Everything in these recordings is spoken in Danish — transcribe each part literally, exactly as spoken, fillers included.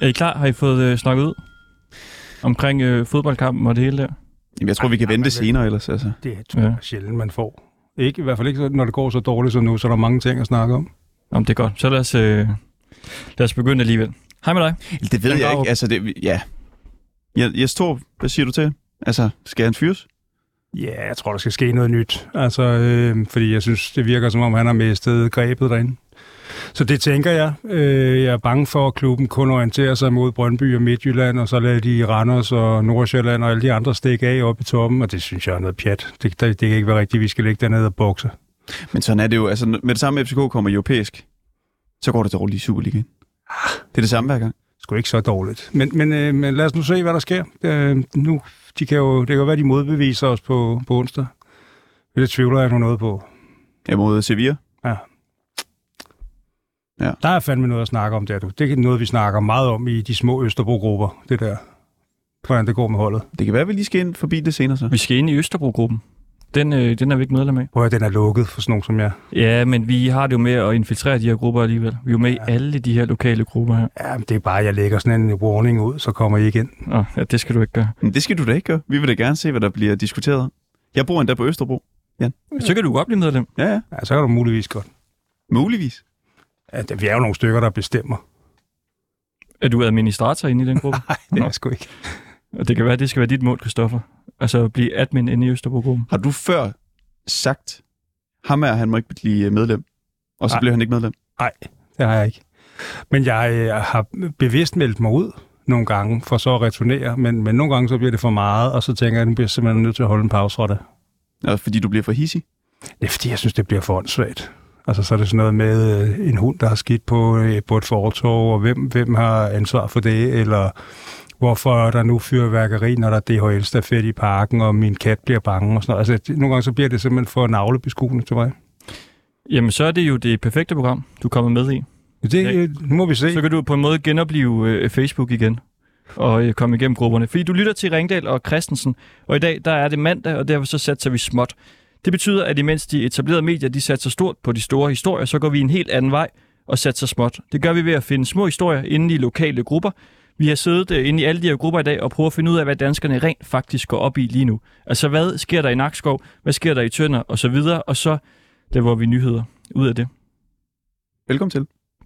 Er I klar? Har I fået øh, snakket ud omkring øh, fodboldkampen og det hele der? Jamen, jeg tror, Ej, vi kan vente det senere ellers. Altså. Det tror jeg ja. sjældent, man får. Ikke, i hvert fald ikke, når det går så dårligt som nu, så er der mange ting at snakke om. Om det er godt. Så lad os, øh, lad os begynde alligevel. Hej med dig. Det ved jeg ikke. Altså, det, ja. Jeg, jeg står, hvad siger du til? Altså, skal han fyres? Ja, jeg tror, der skal ske noget nyt. Altså, øh, fordi jeg synes, det virker, som om han har mistet grebet derinde. Så det tænker jeg. Øh, jeg er bange for, at klubben kun orienterer sig mod Brøndby og Midtjylland, og så lader de Randers og Nordsjælland og alle de andre stikke af oppe i toppen, og det synes jeg er noget pjat. Det, det, det kan ikke være rigtigt, vi skal ligge dernede og bokse. Men sådan er det jo. Altså, med det samme F C K kommer europæisk, så går det dårligt i Superligaen. Det er det samme hver gang. Sgu ikke så dårligt. Men, men, øh, men lad os nu se, hvad der sker. Øh, nu, de kan jo, det kan jo være, de modbeviser os på, på onsdag. Det tvivler jeg nu noget på. Ja, mod Sevilla? Ja. Ja. Der er fandme noget at snakke om, der du. Det er noget, vi snakker meget om i de små Østerbro-grupper, det der. Hvordan det går med holdet. Det kan være, at vi lige skal ind forbi det senere så. Vi skal ind i Østerbro-gruppen. Den, øh, den er vi ikke medlem af. Prøv at den er lukket for sådan nogen som jeg. Ja, men vi har det jo med at infiltrere de her grupper alligevel. Vi er jo med ja. i alle de her lokale grupper her. Ja, men det er bare, at jeg lægger sådan en warning ud, så kommer I ikke ind. Nå, ja, det skal du ikke gøre. Men det skal du da ikke gøre. Vi vil da gerne se, hvad der bliver diskuteret. Jeg bor endda på Østerbro. Ja. Så kan du godt blive medlem. Ja, ja. Ja, så kan du muligvis godt. Muligvis? Ja, vi er jo nogle stykker, der bestemmer. Er du administrator inde i den gruppe? Nej, det er jeg sgu ikke. Og det kan være, at det skal være dit mål, Christoffer. Altså at blive admin inde i Østerbro-gruppen. Har du før sagt, ham er, han må ikke blive medlem, og så Nej. bliver han ikke medlem? Nej, det har jeg ikke. Men jeg, jeg har bevidst meldt mig ud nogle gange, for så at returnere, men, men nogle gange så bliver det for meget, og så tænker jeg, at nu bliver jeg simpelthen nødt til at holde en pause fra det. Ja, fordi du bliver for hissig? Det er fordi, jeg synes, det bliver for åndssvagt. Altså, så er det sådan noget med øh, en hund, der har skidt på, øh, på et fortov, og hvem, hvem har ansvar for det, eller hvorfor er der nu fyrværkeri, når der er D H L-stafet i parken, og min kat bliver bange og sådan noget. Altså, nogle gange så bliver det simpelthen for navlebeskuende til mig. Jamen, så er det jo det perfekte program, du kommer med i. Det, nu må vi se. Så kan du på en måde genopleve øh, Facebook igen, og øh, komme igennem grupperne. Fordi du lytter til Ringdal og Christensen, og i dag, der er det mandag, og derfor så satser vi småt. Det betyder, at imens de etablerede medier, de satser stort på de store historier, så går vi en helt anden vej og satser småt. Det gør vi ved at finde små historier inde i lokale grupper. Vi har siddet uh, inde i alle de her grupper i dag og prøvet at finde ud af, hvad danskerne rent faktisk går op i lige nu. Altså, hvad sker der i Nakskov? Hvad sker der i Tønder? Og så videre. Og så laver vi nyheder ud af det. Velkommen til.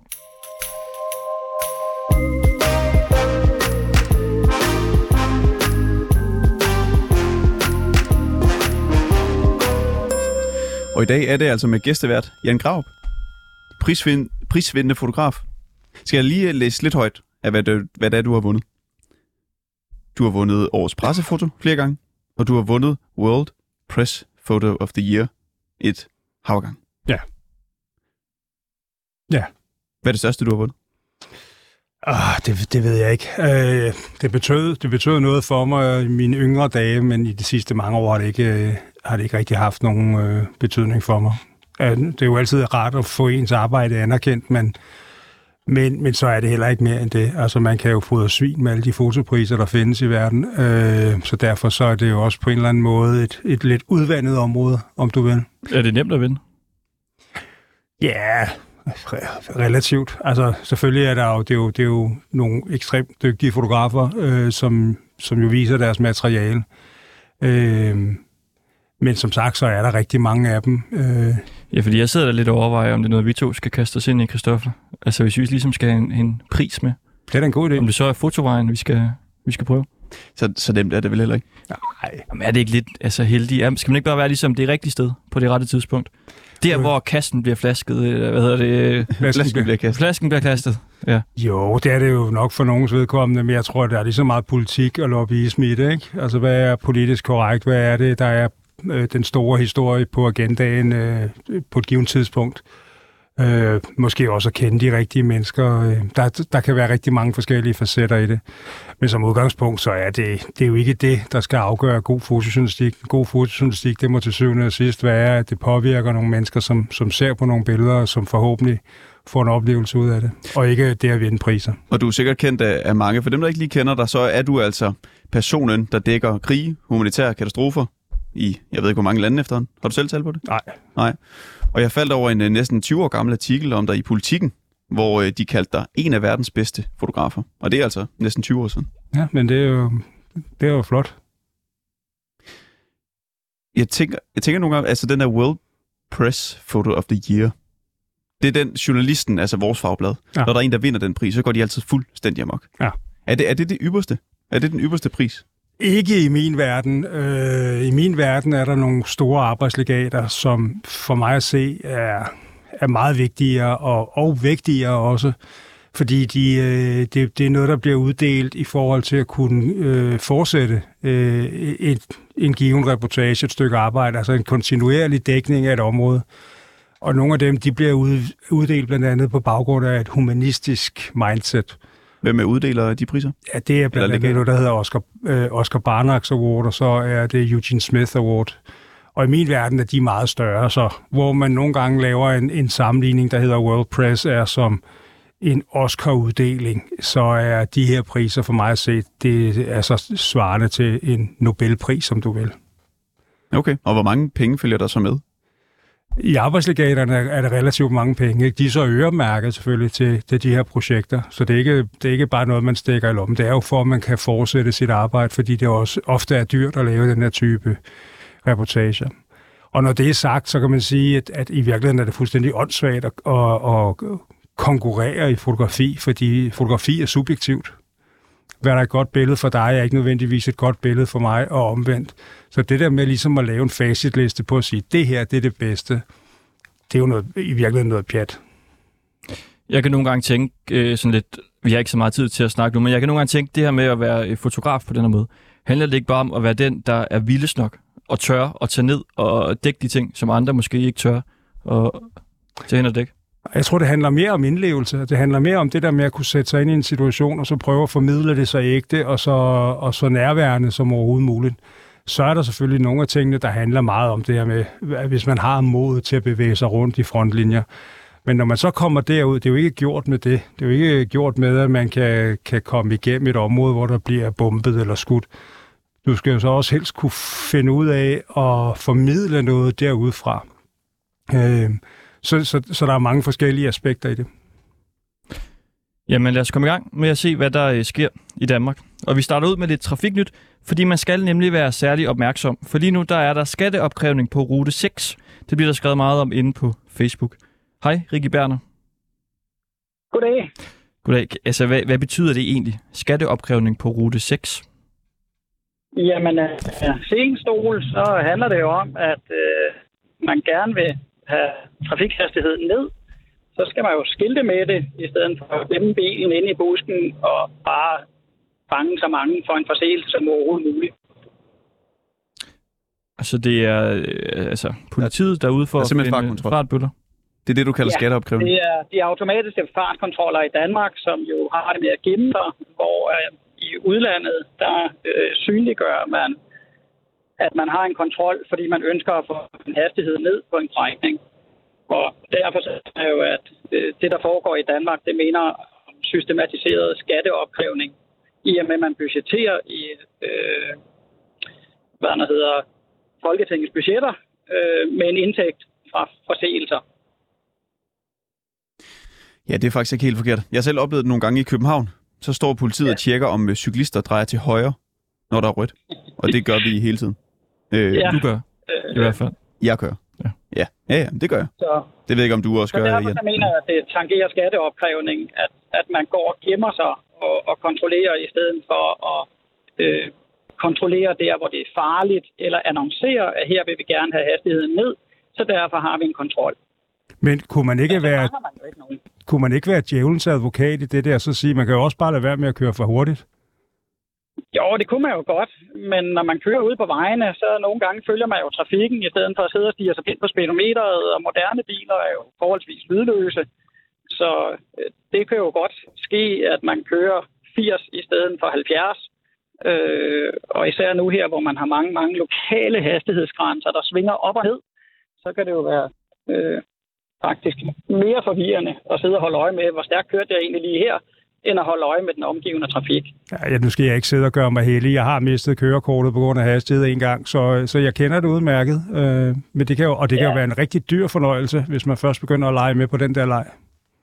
Og i dag er det altså med gæstevært Jan Graup, prisvind, prisvindende fotograf. Skal jeg lige læse lidt højt af, hvad det, hvad det er, du har vundet? Du har vundet årets pressefoto flere gange, og du har vundet World Press Photo of the Year et hav gang. Ja. Ja. Hvad er det største, du har vundet? Ah, det, det ved jeg ikke. Øh, det, betød, det betød noget for mig i mine yngre dage, men i de sidste mange år har det ikke, øh, har det ikke rigtig haft nogen øh, betydning for mig. Øh, det er jo altid rart at få ens arbejde anerkendt, men, men, men så er det heller ikke mere end det. Altså, man kan jo fodre svin med alle de fotopriser, der findes i verden, øh, så derfor så er det jo også på en eller anden måde et, et lidt udvandet område, om du vil. Er det nemt at vinde? Ja, yeah. Relativt. Altså, selvfølgelig er der jo, det er jo, det er jo nogle ekstremt dygtige fotografer, øh, som, som jo viser deres materiale. Øh, men som sagt, så er der rigtig mange af dem. Øh. Ja, fordi jeg sidder der lidt og overvejer, om det er noget, vi to skal kaste os ind i, Christoffer. Altså, hvis vi ligesom skal have en, en pris med. Det er da en god idé. Om det så er fotovejen, vi skal, vi skal prøve. Så, så nemt er det vel heller ikke? Nej. Jamen, er det ikke lidt altså, heldigt? Skal man ikke bare være ligesom det rigtige sted på det rette tidspunkt? Der, hvor kassen bliver flasket, hvad hedder det? Flasken bliver kastet. Flasken bliver kastet, ja. Jo, det er det jo nok for nogens vedkommende, men jeg tror, at der er lige så meget politik og lobbyisme i det, ikke? Altså, hvad er politisk korrekt? Hvad er det, der er øh, den store historie på agendaen øh, på et givet tidspunkt? Øh, måske også at kende de rigtige mennesker. Øh, der, der kan være rigtig mange forskellige facetter i det. Men som udgangspunkt, så er det, det er jo ikke det, der skal afgøre god fotojournalistik. God fotojournalistik, det må til syvende og sidst være, at det påvirker nogle mennesker, som, som ser på nogle billeder, som forhåbentlig får en oplevelse ud af det. Og ikke det at vinde priser. Og du er sikkert kendt af, af mange. For dem, der ikke lige kender dig, så er du altså personen, der dækker krige, humanitære katastrofer i, jeg ved ikke, hvor mange lande efterhånden. Har du selv talt på det? Nej. Nej. Og jeg faldt over en næsten tyve år gammel artikel om dig i Politikken hvor øh, de kaldte dig en af verdens bedste fotografer. Og det er altså næsten tyve år siden. Ja, men det er jo, det er jo flot. Jeg tænker, jeg tænker nogle gange, altså den der World Press Photo of the Year, det er den journalisten, altså vores fagblad. Ja. Når der er en, der vinder den pris, så går de altid fuldstændig amok. Ja. Er det, er det det ypperste? Er det den ypperste pris? Ikke i min verden. Øh, I min verden er der nogle store arbejdslegater, som for mig at se er, er meget vigtigere og, og vigtigere også, fordi de, øh, det, det er noget, der bliver uddelt i forhold til at kunne øh, fortsætte øh, et, en given reportage, et stykke arbejde, altså en kontinuerlig dækning af et område. Og nogle af dem, de bliver uddelt blandt andet på baggrund af et humanistisk mindset. Hvem er uddeler af de priser? Ja, det er blandt andet noget, der hedder Oscar, øh, Oscar Barnax Award, og så er det Eugene Smith Award. Og i min verden er de meget større, så hvor man nogle gange laver en, en sammenligning, der hedder World Press, er som en Oscar-uddeling, så er de her priser for mig at se, det er så svarende til en Nobelpris, som du vil. Okay, og hvor mange penge følger der så med? I arbejdslegaterne er der relativt mange penge. De er så øremærket selvfølgelig til, til de her projekter, så det er, ikke, det er ikke bare noget, man stikker i lommen. Det er jo for, at man kan fortsætte sit arbejde, fordi det også ofte er dyrt at lave den her type reportager. Og når det er sagt, så kan man sige, at, at i virkeligheden er det fuldstændig åndssvagt at, at, at konkurrere i fotografi, fordi fotografi er subjektivt. Hvad der er et godt billede for dig, er ikke nødvendigvis et godt billede for mig, og omvendt. Så det der med ligesom at lave en facitliste på at sige, det her, det er det bedste, det er jo noget, i virkeligheden noget pjat. Jeg kan nogle gange tænke øh, sådan lidt, vi har ikke så meget tid til at snakke nu, men jeg kan nogle gange tænke, det her med at være fotograf på den her måde, handler det ikke bare om at være den, der er vildest nok, og tør at tage ned og dække de ting, som andre måske ikke tør, og tage hen og dække? Jeg tror, det handler mere om indlevelse. Det handler mere om det der med at kunne sætte sig ind i en situation, og så prøve at formidle det så ægte, og så, og så nærværende som overhovedet muligt. Så er der selvfølgelig nogle af tingene, der handler meget om det her med, hvis man har mod til at bevæge sig rundt i frontlinjer. Men når man så kommer derud, det er jo ikke gjort med det. Det er jo ikke gjort med, at man kan, kan komme igennem et område, hvor der bliver bombet eller skudt. Du skal jo så også helst kunne finde ud af at formidle noget derudfra. Øh, Så, så, så der er mange forskellige aspekter i det. Jamen lad os komme i gang med at se, hvad der øh, sker i Danmark. Og vi starter ud med lidt trafiknyt, fordi man skal nemlig være særlig opmærksom. For lige nu der er der skatteopkrævning på rute seks. Det bliver der skrevet meget om inde på Facebook. Hej, Rikke Berner. Goddag. Goddag. Altså, hvad, hvad betyder det egentlig? Skatteopkrævning på rute seks? Jamen, uh, sen stol, så handler det jo om, at uh, man gerne vil have trafikhastigheden ned, så skal man jo skilte med det, i stedet for at gemme bilen inde i busken og bare fange så mange for en forseelse som overhovedet muligt. Altså det er øh, altså politiet derude for at finde fartbøller? Det er det, du kalder ja, skatteopkrævning? Det er de automatiske fartkontroller i Danmark, som jo har det med at gemme sig, hvor øh, i udlandet, der øh, synliggør man, at man har en kontrol, fordi man ønsker at få en hastighed ned på en strækning. Og derfor er det jo, at det, der foregår i Danmark, det mener systematiseret skatteopkrævning, i og med, at man budgetterer i øh, hvad der hedder, Folketingets budgetter øh, med en indtægt fra forseelser. Ja, det er faktisk ikke helt forkert. Jeg har selv oplevet det nogle gange i København. Så står politiet ja. og tjekker, om cyklister drejer til højre, når der er rødt. Og det gør vi hele tiden. Øh, ja. Du gør, i hvert fald. Jeg kører. Ja, ja, ja, ja det gør jeg. Så, det ved jeg ikke, om du også så gør. Så derfor jeg mener jeg, at det tangerer skatteopkrævning, at, at man går og gemmer sig og, og kontrollerer i stedet for at øh, kontrollere der, hvor det er farligt, eller annoncere, at her vil vi gerne have hastigheden ned, så derfor har vi en kontrol. Men kunne man ikke, være, man ikke, kunne man ikke være djævelens advokat i det der, så sige, man kan jo også bare lade være med at køre for hurtigt? Jo, det kunne man jo godt, men når man kører ude på vejene, så nogle gange følger man jo trafikken, i stedet for at sidde og stige sig ind på speedometeret, og moderne biler er jo forholdsvis lydløse. Så det kan jo godt ske, at man kører firs i stedet for halvfjerds. Øh, og især nu her, hvor man har mange, mange lokale hastighedsgrænser, der svinger op og ned, så kan det jo være øh, faktisk mere forvirrende at sidde og holde øje med, hvor stærkt kørte jeg egentlig lige her, end at holde øje med den omgivende trafik. Ja, nu skal jeg ikke sidde og gøre mig heldig. Jeg har mistet kørekortet på grund af hastighed en gang, så, så jeg kender det udmærket. Øh, men det kan jo, og det kan ja. jo være en rigtig dyr fornøjelse, hvis man først begynder at lege med på den der leg.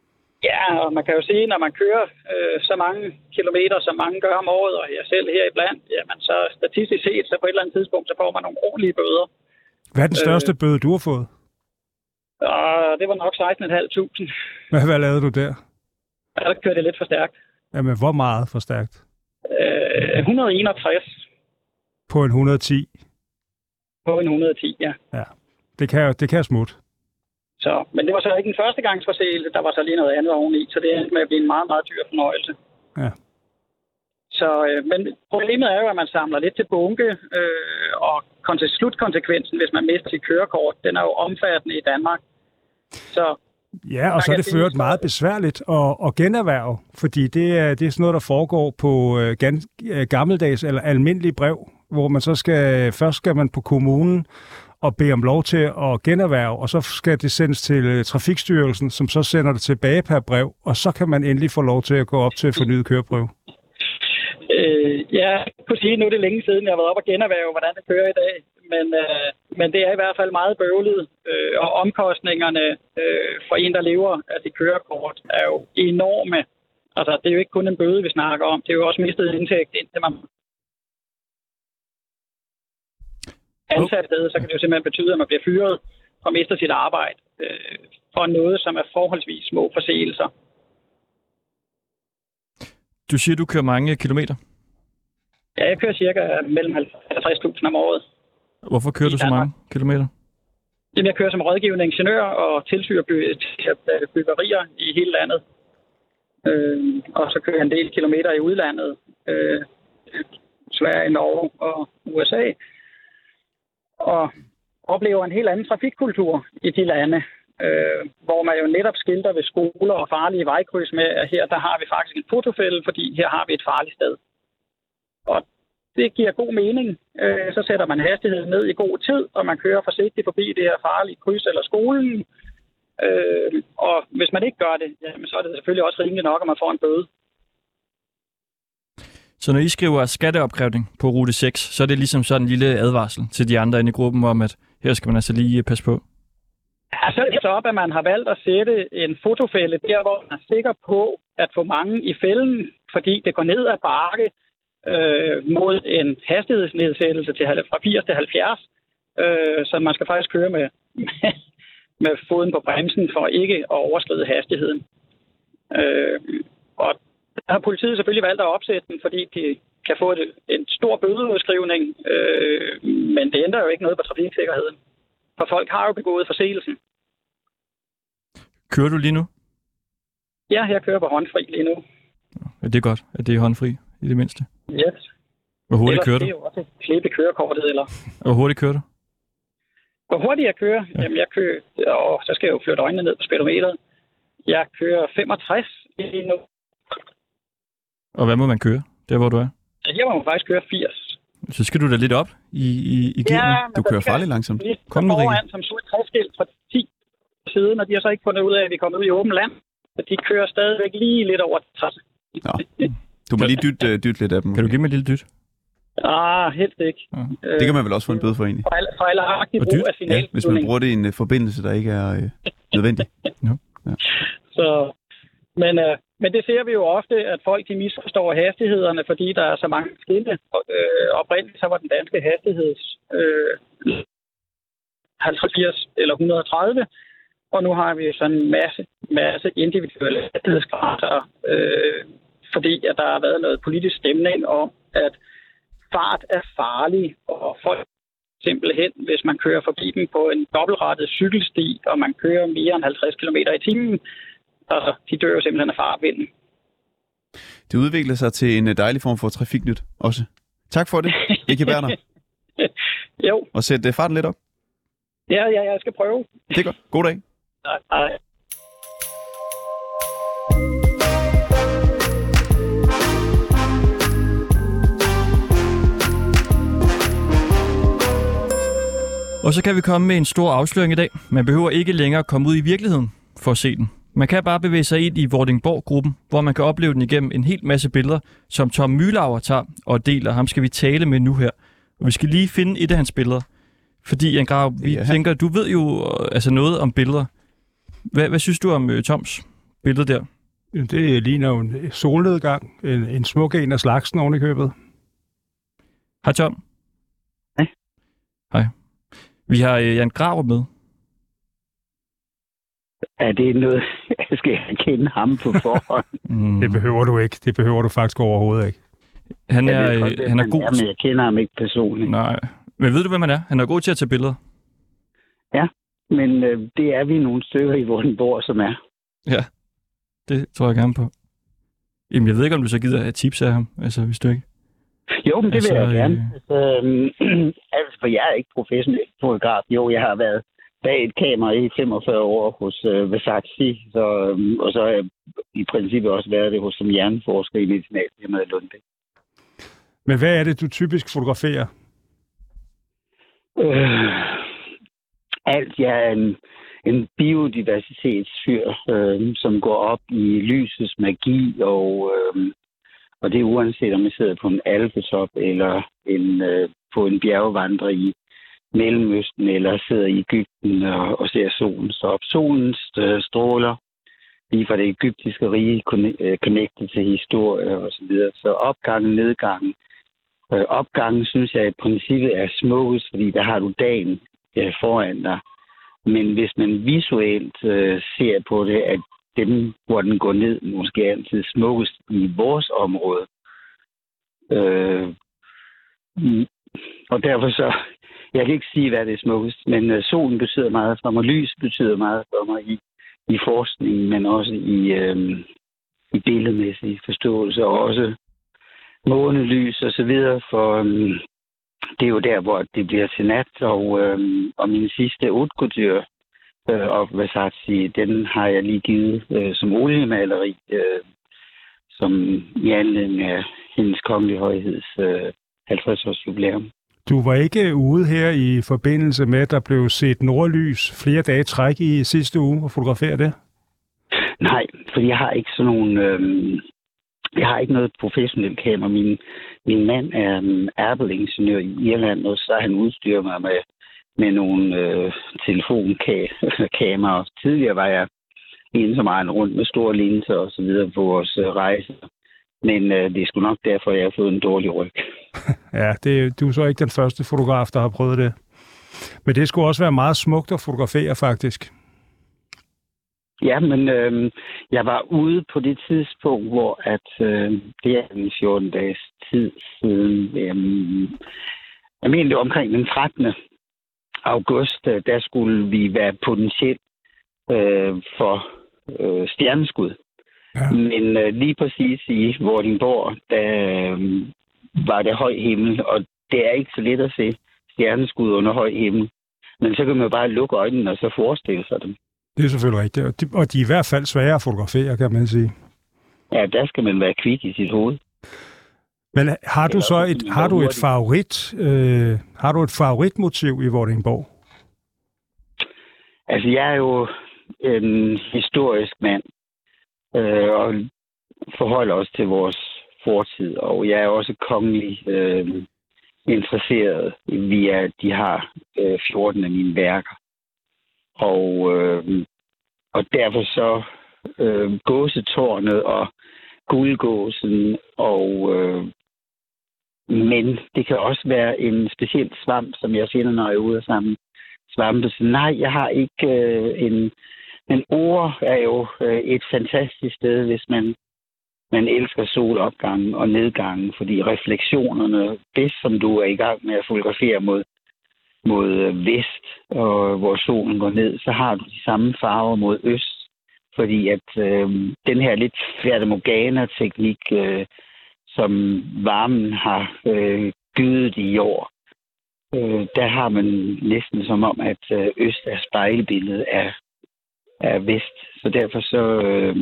Ja, og man kan jo sige, når man kører øh, så mange kilometer, som mange gør om året, og jeg selv her iblandt, jamen så statistisk set, så på et eller andet tidspunkt, så får man nogle ordentlige bøder. Hvad er den største øh, bøde, du har fået? Og det var nok seksten tusind fem hundrede. Hvad, hvad lavede du der? Ja, der kørte det lidt for stærkt. Jamen, hvor meget for stærkt? Øh, et hundrede og enogtres. På en et hundrede og ti? På en et hundrede og ti, ja. Ja, det kan, det kan smutte. Så, men det var så ikke en førstegangsforseelse, der var så lige noget andet oveni, så det endte med at blive en meget, meget dyr fornøjelse. Ja. Så, øh, men problemet er jo, at man samler lidt til bunke, øh, og slutkonsekvensen, hvis man mister sit kørekort, den er jo omfattende i Danmark. Så, ja, og så er det ført meget besværligt at, at generhverve, fordi det er, det er sådan noget, der foregår på øh, gan, øh, gammeldags eller almindelig brev, hvor man så skal, først skal man på kommunen og bede om lov til at generhverve, og så skal det sendes til Trafikstyrelsen, som så sender det tilbage per brev, og så kan man endelig få lov til at gå op til fornyet køreprøve. Øh, ja, jeg kunne sige, nu er det længe siden, jeg har været op og generhverve, hvordan det kører i dag. Men, øh, men det er i hvert fald meget bøvlet, øh, og omkostningerne øh, for en, der lever af det kørekort, er jo enorme. Altså, det er jo ikke kun en bøde, vi snakker om. Det er jo også mistet indtægt, indtil man ansat sted, så kan det jo simpelthen betyde, at man bliver fyret og mister sit arbejde øh, for noget, som er forholdsvis små forseelser. Du siger, du kører mange kilometer? Ja, jeg kører cirka mellem halvtreds tusind om året. Hvorfor kører du så mange kilometer? Jamen, jeg kører som rådgivende ingeniør og tilsyrer by- byggerier i hele landet. Øh, og så kører jeg en del kilometer i udlandet. Øh, Sverige, Norge og U S A. Og oplever en helt anden trafikkultur i de lande, øh, hvor man jo netop skilter ved skoler og farlige vejkryds med, at her der har vi faktisk en fotofælde, fordi her har vi et farligt sted. Og det giver god mening. Øh, så sætter man hastigheden ned i god tid, og man kører forsigtigt forbi det her farlige kryds eller skolen. Øh, og hvis man ikke gør det, jamen, så er det selvfølgelig også rimeligt nok, at man får en bøde. Så når I skriver skatteopkrævning på rute seks, så er det ligesom sådan en lille advarsel til de andre inde i gruppen om, at her skal man altså lige passe på? Ja, så er det så op, at man har valgt at sætte en fotofælde der, hvor man er sikker på at få mange i fælden, fordi det går ned ad bakke øh, mod en hastighedsnedsættelse til, fra firs til halvfjerds. Øh, så man skal faktisk køre med, med, med foden på bremsen for ikke at overskride hastigheden. Øh, og der har politiet selvfølgelig valgt at opsætte den, fordi de kan få et, en stor bødeudskrivning, øh, men det ændrer jo ikke noget på trafiksikkerheden. For folk har jo begået forseelsen. Kører du lige nu? Ja, jeg kører på håndfri lige nu. Ja, det er godt, at det er håndfri i det mindste. Yes. Hvor hurtigt Ellers, kører du? Det er jo også et klip i kørekortet, eller... Hvor hurtigt kører du? Hvor hurtigt jeg kører? Ja. Jamen, jeg kører... Og så skal jeg jo flytte øjnene ned på speedometeret. Jeg kører femogtres lige nu. Og hvad må man køre, der hvor du er? Jeg må faktisk køre firs. Så skal du da lidt op i, i, i gearne. Ja, du kører farligt langsomt. Kom nu, Rikke. Som så et træskilt fra ti siden, og de har så ikke fundet ud af, at vi kommer ud i åbent land. Så de kører stadigvæk lige lidt over tres. Nå. Du må lige dytte, dytte lidt af dem. Kan du give mig et lille dyt? Ah, helst ikke. Ja. Det kan man vel også få en bøde for egentlig. Fejlagtig brug af signalstyrning. Ja, hvis man bruger det i en uh, forbindelse, der ikke er uh, nødvendig. No. Ja. Så, men, uh, men det ser vi jo ofte, at folk de misforstår hastighederne, fordi der er så mange skilte. Øh, oprindeligt så var den danske hastigheds øh, halvtreds, firs eller et hundrede og tredive, og nu har vi sådan en masse, masse individuelle hastighedsgrænser, øh, fordi at der har været noget politisk stemning om, at fart er farlig, og folk simpelthen, hvis man kører forbi dem på en dobbeltrettet cykelsti, og man kører mere end halvtreds kilometer i timen, altså, de dør jo simpelthen af fartvinden. Det udvikler sig til en dejlig form for trafiknyt også. Tak for det, Rikke Berner. Jo. Og sæt farten lidt op. Ja, ja, jeg skal prøve. Det er godt. God dag. Nej, nej. Og så kan vi komme med en stor afsløring i dag. Man behøver ikke længere komme ud i virkeligheden for at se den. Man kan bare bevæge sig ind i Vordingborg-gruppen, hvor man kan opleve den igennem en hel masse billeder, som Tom Mühlauer tager og deler. Ham skal vi tale med nu her. Og vi skal lige finde et af hans billeder. Fordi, Jan Graup, vi ja. tænker, du ved jo altså noget om billeder. Hvad, hvad synes du om uh, Toms billede der? Det ligner jo en solnedgang. En, en smuk en af slagsen oven i købet. Hej Tom. Hej. Hej. Vi har øh, Jan Grarup med. Er det noget, jeg skal kende ham på forhånd? Mm. Det behøver du ikke. Det behøver du faktisk overhovedet ikke. Han er, jeg godt, øh, han er god er, men jeg kender ham ikke personligt. Nej. Men ved du, hvem han er? Han er god til at tage billeder. Ja, men øh, det er vi nogle stykker i Vordingborg, som er. Ja, det tror jeg gerne på. Jamen, jeg ved ikke, om du så gider have tips af ham, altså hvis du ikke... Jo, men det altså, vil jeg gerne. Øh... Altså, øh, altså, for jeg er ikke professionel fotograf. Jo, jeg har været bag et kamera i femogfyrre år hos øh, Versace, så, øh, og så har jeg i princippet også været det hos som hjerneforsker i Medicinalfirmaet Lundbæk. Men hvad er det, du typisk fotograferer? Øh, alt. Jeg er en, en biodiversitetsfyr, øh, som går op i lysets magi, og, øh, og det er uanset om jeg sidder på en alpetop eller en, øh, på en bjergvandring i Mellemøsten, eller sidder i Egypten og, og ser solen stå op. Solens øh, stråler lige fra det egyptiske rige connectet til historie og så videre. Så opgangen, nedgangen. Øh, opgangen synes jeg i princippet er smukkest, fordi der har du dagen øh, foran dig. Men hvis man visuelt øh, ser på det, at dem, hvor den går ned, måske altid smukkest i vores område. Øh, og derfor så, jeg kan ikke sige, hvad det er smukkest, men øh, solen betyder meget for mig, lys betyder meget for mig i, i forskningen, men også i, øh, i billedmæssig forståelse, og også månelys og så videre, for øh, det er jo der, hvor det bliver til nat, og, øh, og min sidste haute couture øh, og Versace, den har jeg lige givet øh, som oliemaleri, øh, som i anledning af hendes kongelige højheds øh, halvtreds års jubilæum. Du var ikke ude her i forbindelse med, at der blev set nordlys flere dage træk i sidste uge og fotografere det? Nej, for jeg har ikke sådan nogle... Øh, jeg har ikke noget professionelt kamera. Min, min mand er um, Apple-ingeniør i Irland, og så har han udstyret mig med, med nogle øh, telefonkameraer. Tidligere var jeg en som egen rundt med store linser og så videre på vores øh, rejse. Men øh, det er sgu nok derfor, jeg har fået en dårlig ryg. Ja, det, du er så ikke den første fotograf, der har prøvet det. Men det skulle også være meget smukt at fotografere, faktisk. Ja, men øh, jeg var ude på det tidspunkt, hvor at, øh, det er en fjorten dages tid siden. Øh, jeg mener, det var omkring den trettende august, der skulle vi være potentielt øh, for øh, stjerneskud. Ja. Men øh, lige præcis i Vordingborg, der øh, var det høj himmel, og det er ikke så let at se stjerneskud under høj himmel. Men så kan man bare lukke øjnene og så forestille sig dem. Det er selvfølgelig rigtigt, og de, og de er i hvert fald svære at fotografere, kan man sige. Ja, der skal man være kvik i sit hoved. Men har du så et, har du et favorit, øh, har du et favoritmotiv i Vordingborg? Altså, jeg er jo en historisk mand, øh, og forholder os til vores fortid, og jeg er også kongelig øh, interesseret via, at de har øh, fjorten af mine værker. Og, øh, og derfor så øh, gåsetårnet og guldgåsen, og øh, men det kan også være en speciel svamp, som jeg finder, når jeg er ude af sammen svampe. Så nej, jeg har ikke øh, en... Men ord er jo øh, et fantastisk sted, hvis man, man elsker solopgangen og nedgangen, fordi refleksionerne, det som du er i gang med at fotografere mod, mod vest, og hvor solen går ned, så har du de samme farver mod øst, fordi at øh, den her lidt fatamorgana-teknik, øh, som varmen har øh, gydet i jord, øh, der har man næsten som om, at øh, øst er spejlbilledet af, af vest. Så derfor så, øh,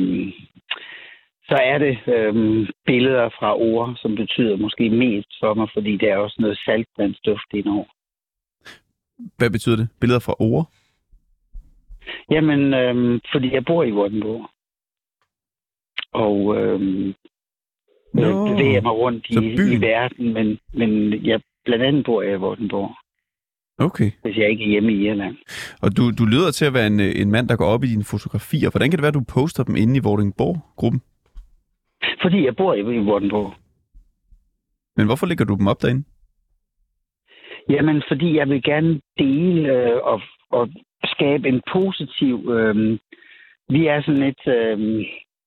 så er det øh, billeder fra ord, som betyder måske mest for mig, fordi der er også noget saltvandsduft indover. Hvad betyder det? Billeder fra ord? Jamen, øh, fordi jeg bor i Vordingborg. Og øh, no. bevæger mig rundt i, i verden, men, men jeg blandt andet bor jeg i Vordingborg. Okay. Hvis jeg ikke er hjemme i Irland. Og du, du lyder til at være en, en mand, der går op i dine fotografier. Hvordan kan det være, at du poster dem inde i Vordingborg-gruppen? Fordi jeg bor i Vordingborg. Men hvorfor lægger du dem op derinde? Jamen, fordi jeg vil gerne dele øh, og, og skabe en positiv... Øh, vi er sådan et, øh,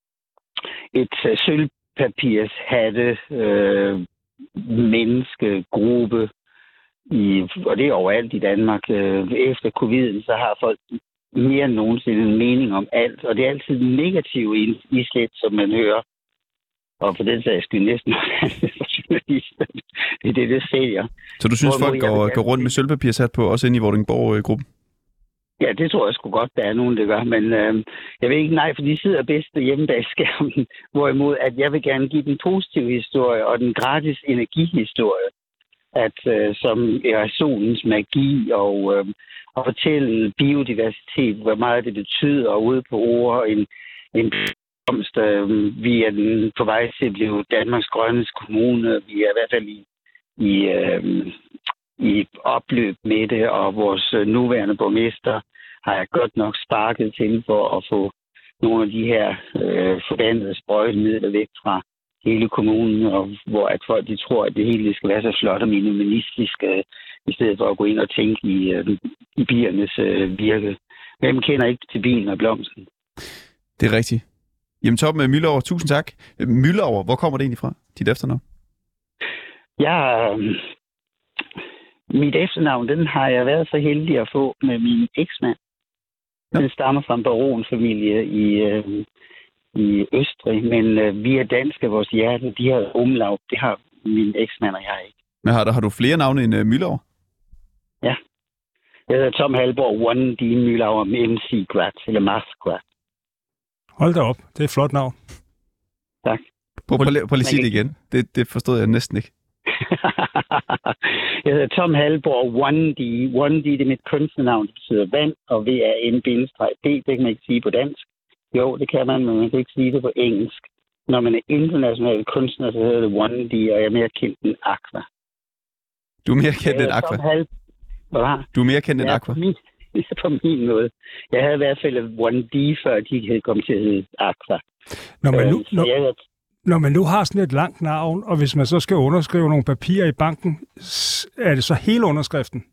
et sølvpapirshatte øh, menneskegruppe, i, og det er overalt i Danmark. Øh, efter coviden, så har folk mere end nogensinde en mening om alt, og det er altid negative islet, som man hører. Og for den sags skyld næsten det er det, det sælger. Så du synes, folk går, går rundt med sølvpapirshat på, også inde i Vordingborg-gruppen? Ja, det tror jeg sgu godt, der er nogen, der gør. Men øh, jeg ved ikke, nej, for de sidder bedst hjemme bag skærmen. Hvorimod, at jeg vil gerne give den positive historie og den gratis energihistorie. At øh, som er solens magi og, øh, og fortælle biodiversitet, hvor meget det betyder ude på ord. En, en blomst, øh, vi er den på vej til at blive Danmarks grønneste kommune. Vi er i hvert fald i, i, øh, i opløb med det, og vores nuværende borgmester har jeg godt nok sparket til for at få nogle af de her øh, forbandede sprøjtemidler væk fra hele kommunen, og hvor at folk de tror, at det hele skal være så flot og minimalistisk, øh, i stedet for at gå ind og tænke i, øh, i biernes øh, virke. Hvem kender ikke til bilen og blomsten? Det er rigtigt. Jamen Torben Mühlauer, tusind tak. Mühlauer, hvor kommer det egentlig fra, dit efternavn? Ja, øh, mit efternavn, den har jeg været så heldig at få med min eksmand. Ja. Den stammer fra en baronfamilie i, øh, i Østrig, men øh, vi er danske, vores hjerte, de har umlaut, det har min eksmand og jeg ikke. Men har, har du flere navne end uh, Mühlauer? Ja. Jeg hedder Tom Halborg, One D Mühlauer med M C Grat, eller Maskrat. Hold da op, det er et flot navn. Tak. Prøv, prøv, prøv, prøv lige at sige det igen. Det, det forstod jeg næsten ikke. Jeg hedder Tom Halborg, One D. One D, det er mit kunstnernavn, det betyder vand, og V er N bindestreg D, det kan man ikke sige på dansk. Jo, det kan man, men man kan ikke sige det på engelsk. Når man er international kunstner, så hedder det One D, og jeg er mere kendt end Aqua. Du er mere kendt end Aqua? Hal... Du er mere kendt end ja, Aqua? På min, på min måde. Jeg havde i hvert fald One D, før de havde kommet til at hedde Aqua. Når man nu, øh, når, jeg, når man nu har sådan et langt navn, og hvis man så skal underskrive nogle papirer i banken, er det så hele underskriften?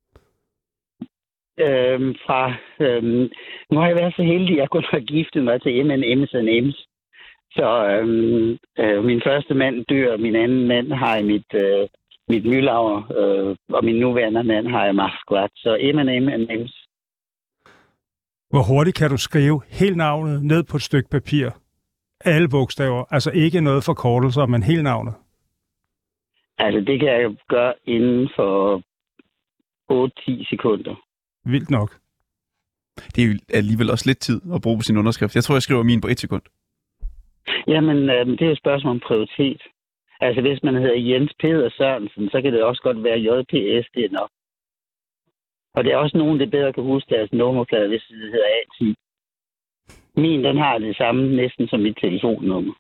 Øhm, fra, øhm, nu har jeg været så heldig, at jeg kunne have giftet mig til M and M's and M's. Så øhm, øh, min første mand dør, min anden mand har jeg mit, øh, mit Mühlauer, øh, og min nuværende mand har jeg Maskrat. Så M and M and M's. Hvor hurtigt kan du skrive helt navnet ned på et stykke papir? Alle bogstaver, altså ikke noget forkortelser, men helt navnet? Altså, det kan jeg gøre inden for otte til ti sekunder. Vildt nok. Det er jo alligevel også lidt tid at bruge på sin underskrift. Jeg tror, jeg skriver min på et sekund. Jamen, øh, det er et spørgsmål om prioritet. Altså, hvis man hedder Jens Peder Sørensen, så kan det også godt være J P S, det er nok. Og det er også nogen, der bedre kan huske deres nummerplade, hvis det hedder A ti. Min, den har det samme næsten som mit telefonnummer.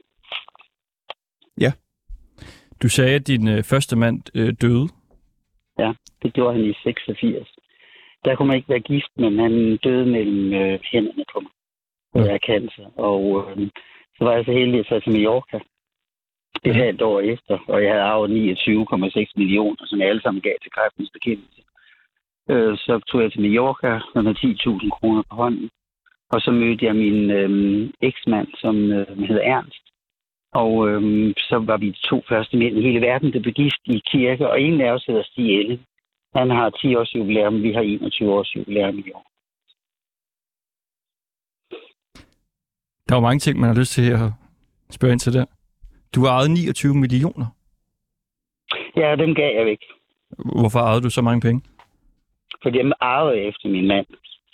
Ja. Du sagde, at din øh, første mand øh, døde. Ja, det gjorde han i seksogfirs. Der kunne man ikke være gift, men han døde mellem øh, hænderne på mig. Og jeg er cancer. Og øh, så var jeg så heldig at tage til Mallorca. Det her et år efter, og jeg havde arvet niogtyve komma seks millioner, som jeg alle sammen gav til kræftens bekæmpelse. Øh, så tog jeg til Mallorca med ti tusind kroner på hånden. Og så mødte jeg min øh, eksmand, som øh, hedder Ernst. Og øh, så var vi de to første mænd i hele verden, der blev gift i kirke. Og en af os hedder Stig Elle. Han har ti års jubilæum, vi har enogtyve års jubilæum i år. Der er jo mange ting, man har lyst til at spørge ind til der. Du har ejet niogtyve millioner. Ja, dem gav jeg væk. Hvorfor ejede du så mange penge? Fordi jeg arvede efter min mand.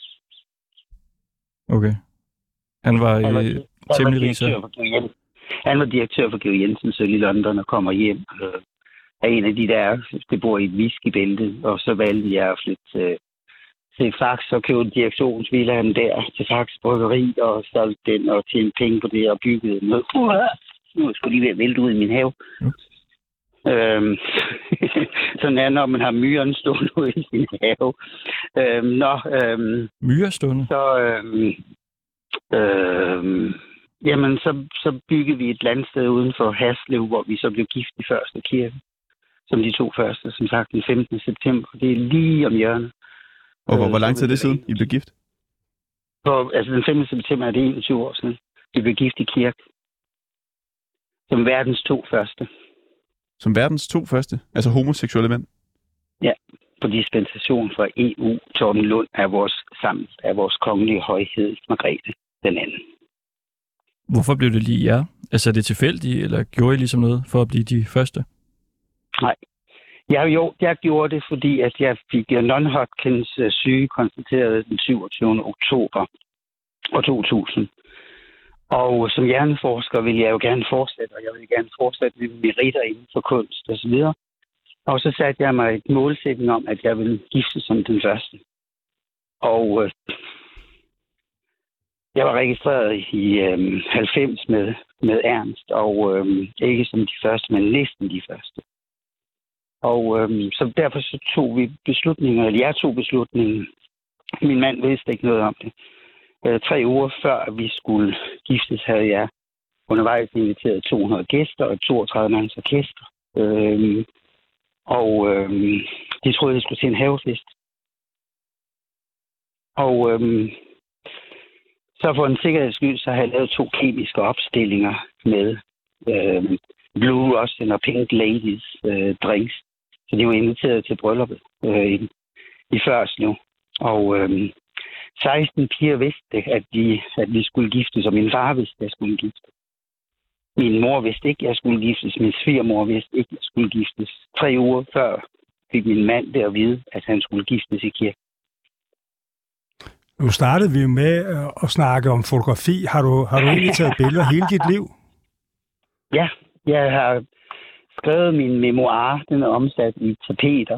Okay. Han var, han var, øh, han temmelig var rig så. Han var direktør for Georg Jensens i London og kommer hjem øh, af en af de der, der bor i et whiskybælte. Og så valgte jeg at flytte øh, til Fax og købe en direktionsvillaen der til Fax Bryggeri og solgte den og tjente penge på det og byggede noget. Uh, nu skulle lige ved at vælte ud i min have. Mm. Øhm, sådan er, når man har myren stående ude i sin have. Øhm, nå, øhm, Myrer stående? så, øhm, øhm, jamen, så, så byggede vi et landsted uden for Haslev, hvor vi så blev gift i første kirke. Som de to første, som sagt, den femtende september. Det er lige om hjørnet. Og hvor, hvor lang Så tid er det ved siden, I blev gift? På, altså den femtende september er det enogtyve år siden. Vi blev gift i kirke. Som verdens to første. Som verdens to første? Altså homoseksuelle mænd? Ja, på dispensation fra E U. Torben Lund er vores, sammen, er vores kongelige højhed, Margrethe den anden. Hvorfor blev det lige jer? Altså er det tilfældigt, eller gjorde I ligesom noget for at blive de første? Nej. Jeg, jo, jeg gjorde det, fordi at jeg fik non-Hodgkins syge konstateret den syvogtyvende oktober år to tusind. Og som hjerneforsker vil jeg jo gerne fortsætte, og jeg vil gerne fortsætte med meritter inden for kunst og så videre. Og så satte jeg mig et målsætning om, at jeg ville gifte som den første. Og øh, jeg var registreret i øh, halvfems med, med Ernst, og øh, ikke som de første, men næsten de første. Og øh, så derfor så tog vi beslutninger, eller jeg tog beslutningen. Min mand vidste ikke noget om det. Øh, tre uger før vi skulle giftes, havde jeg undervejs inviteret to hundrede gæster og toogtredive mands orkester. Øh, og øh, de troede, jeg skulle til en havefest. Og øh, så for en sikkerheds skyld, så har jeg lavet to kemiske opstillinger med øh, Blue Russian og Pink Ladies øh, drinks. Så de var inviteret til brylluppet øh, i, i Førslev. Og øh, seksten piger vidste, at, de, at vi skulle giftes, og min far vidste, at jeg skulle giftes. Min mor vidste ikke, at jeg skulle giftes. Min svigermor vidste ikke, at jeg skulle giftes. Tre uger før fik min mand der at vide, at han skulle giftes i kirke. Nu startede vi jo med at snakke om fotografi. Har du, har du egentlig taget billeder hele dit liv? Ja, jeg har skrevet min memoir. Den er omsat i tapeter.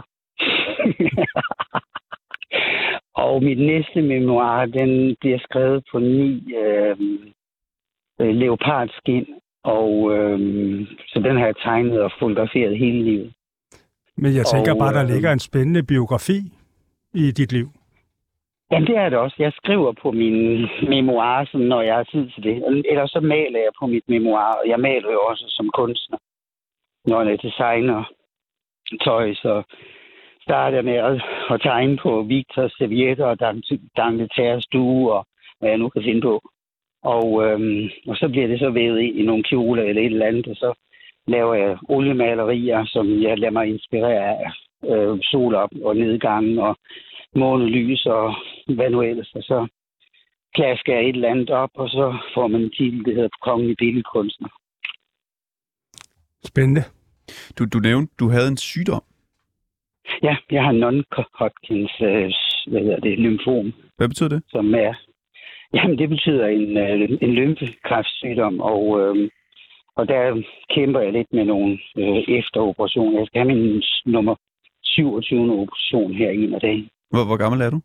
Og mit næste memoir, den bliver skrevet på ni øh, leopardskin. Og øh, så den har jeg tegnet og fotograferet hele livet. Men jeg tænker og, bare, der øh, ligger en spændende biografi i dit liv. Jamen, det er det også. Jeg skriver på min memoir, sådan, når jeg har tid til det. Eller så maler jeg på mit memoir, og jeg maler jo også som kunstner, når jeg designer tøj. Så starter jeg med at, at tegne på Victors servietter og D'Angleterres due, og hvad jeg nu kan finde på. Og, øhm, og så bliver det så vævet ind i nogle kjoler eller et eller andet, og så laver jeg oliemalerier, som jeg lader mig inspirere af øh, sol op og nedgangen og månelys og hvad nu ellers. Og så klasker jeg et eller andet op, og så får man en titel, der hedder Kongelig Billedkunstner. Spændende. Du, du nævnte, du havde en sygdom. Ja, jeg har non-Hodgkins, øh, hvad hedder det, lymfom. Hvad betyder det? Som er, jamen, det betyder en, øh, en lymfekræftsygdom, og, øh, og der kæmper jeg lidt med nogle øh, efteroperationer. Jeg skal have min nummer syvogtyvende operation her i en af dagen. Hvor, hvor gammel er du?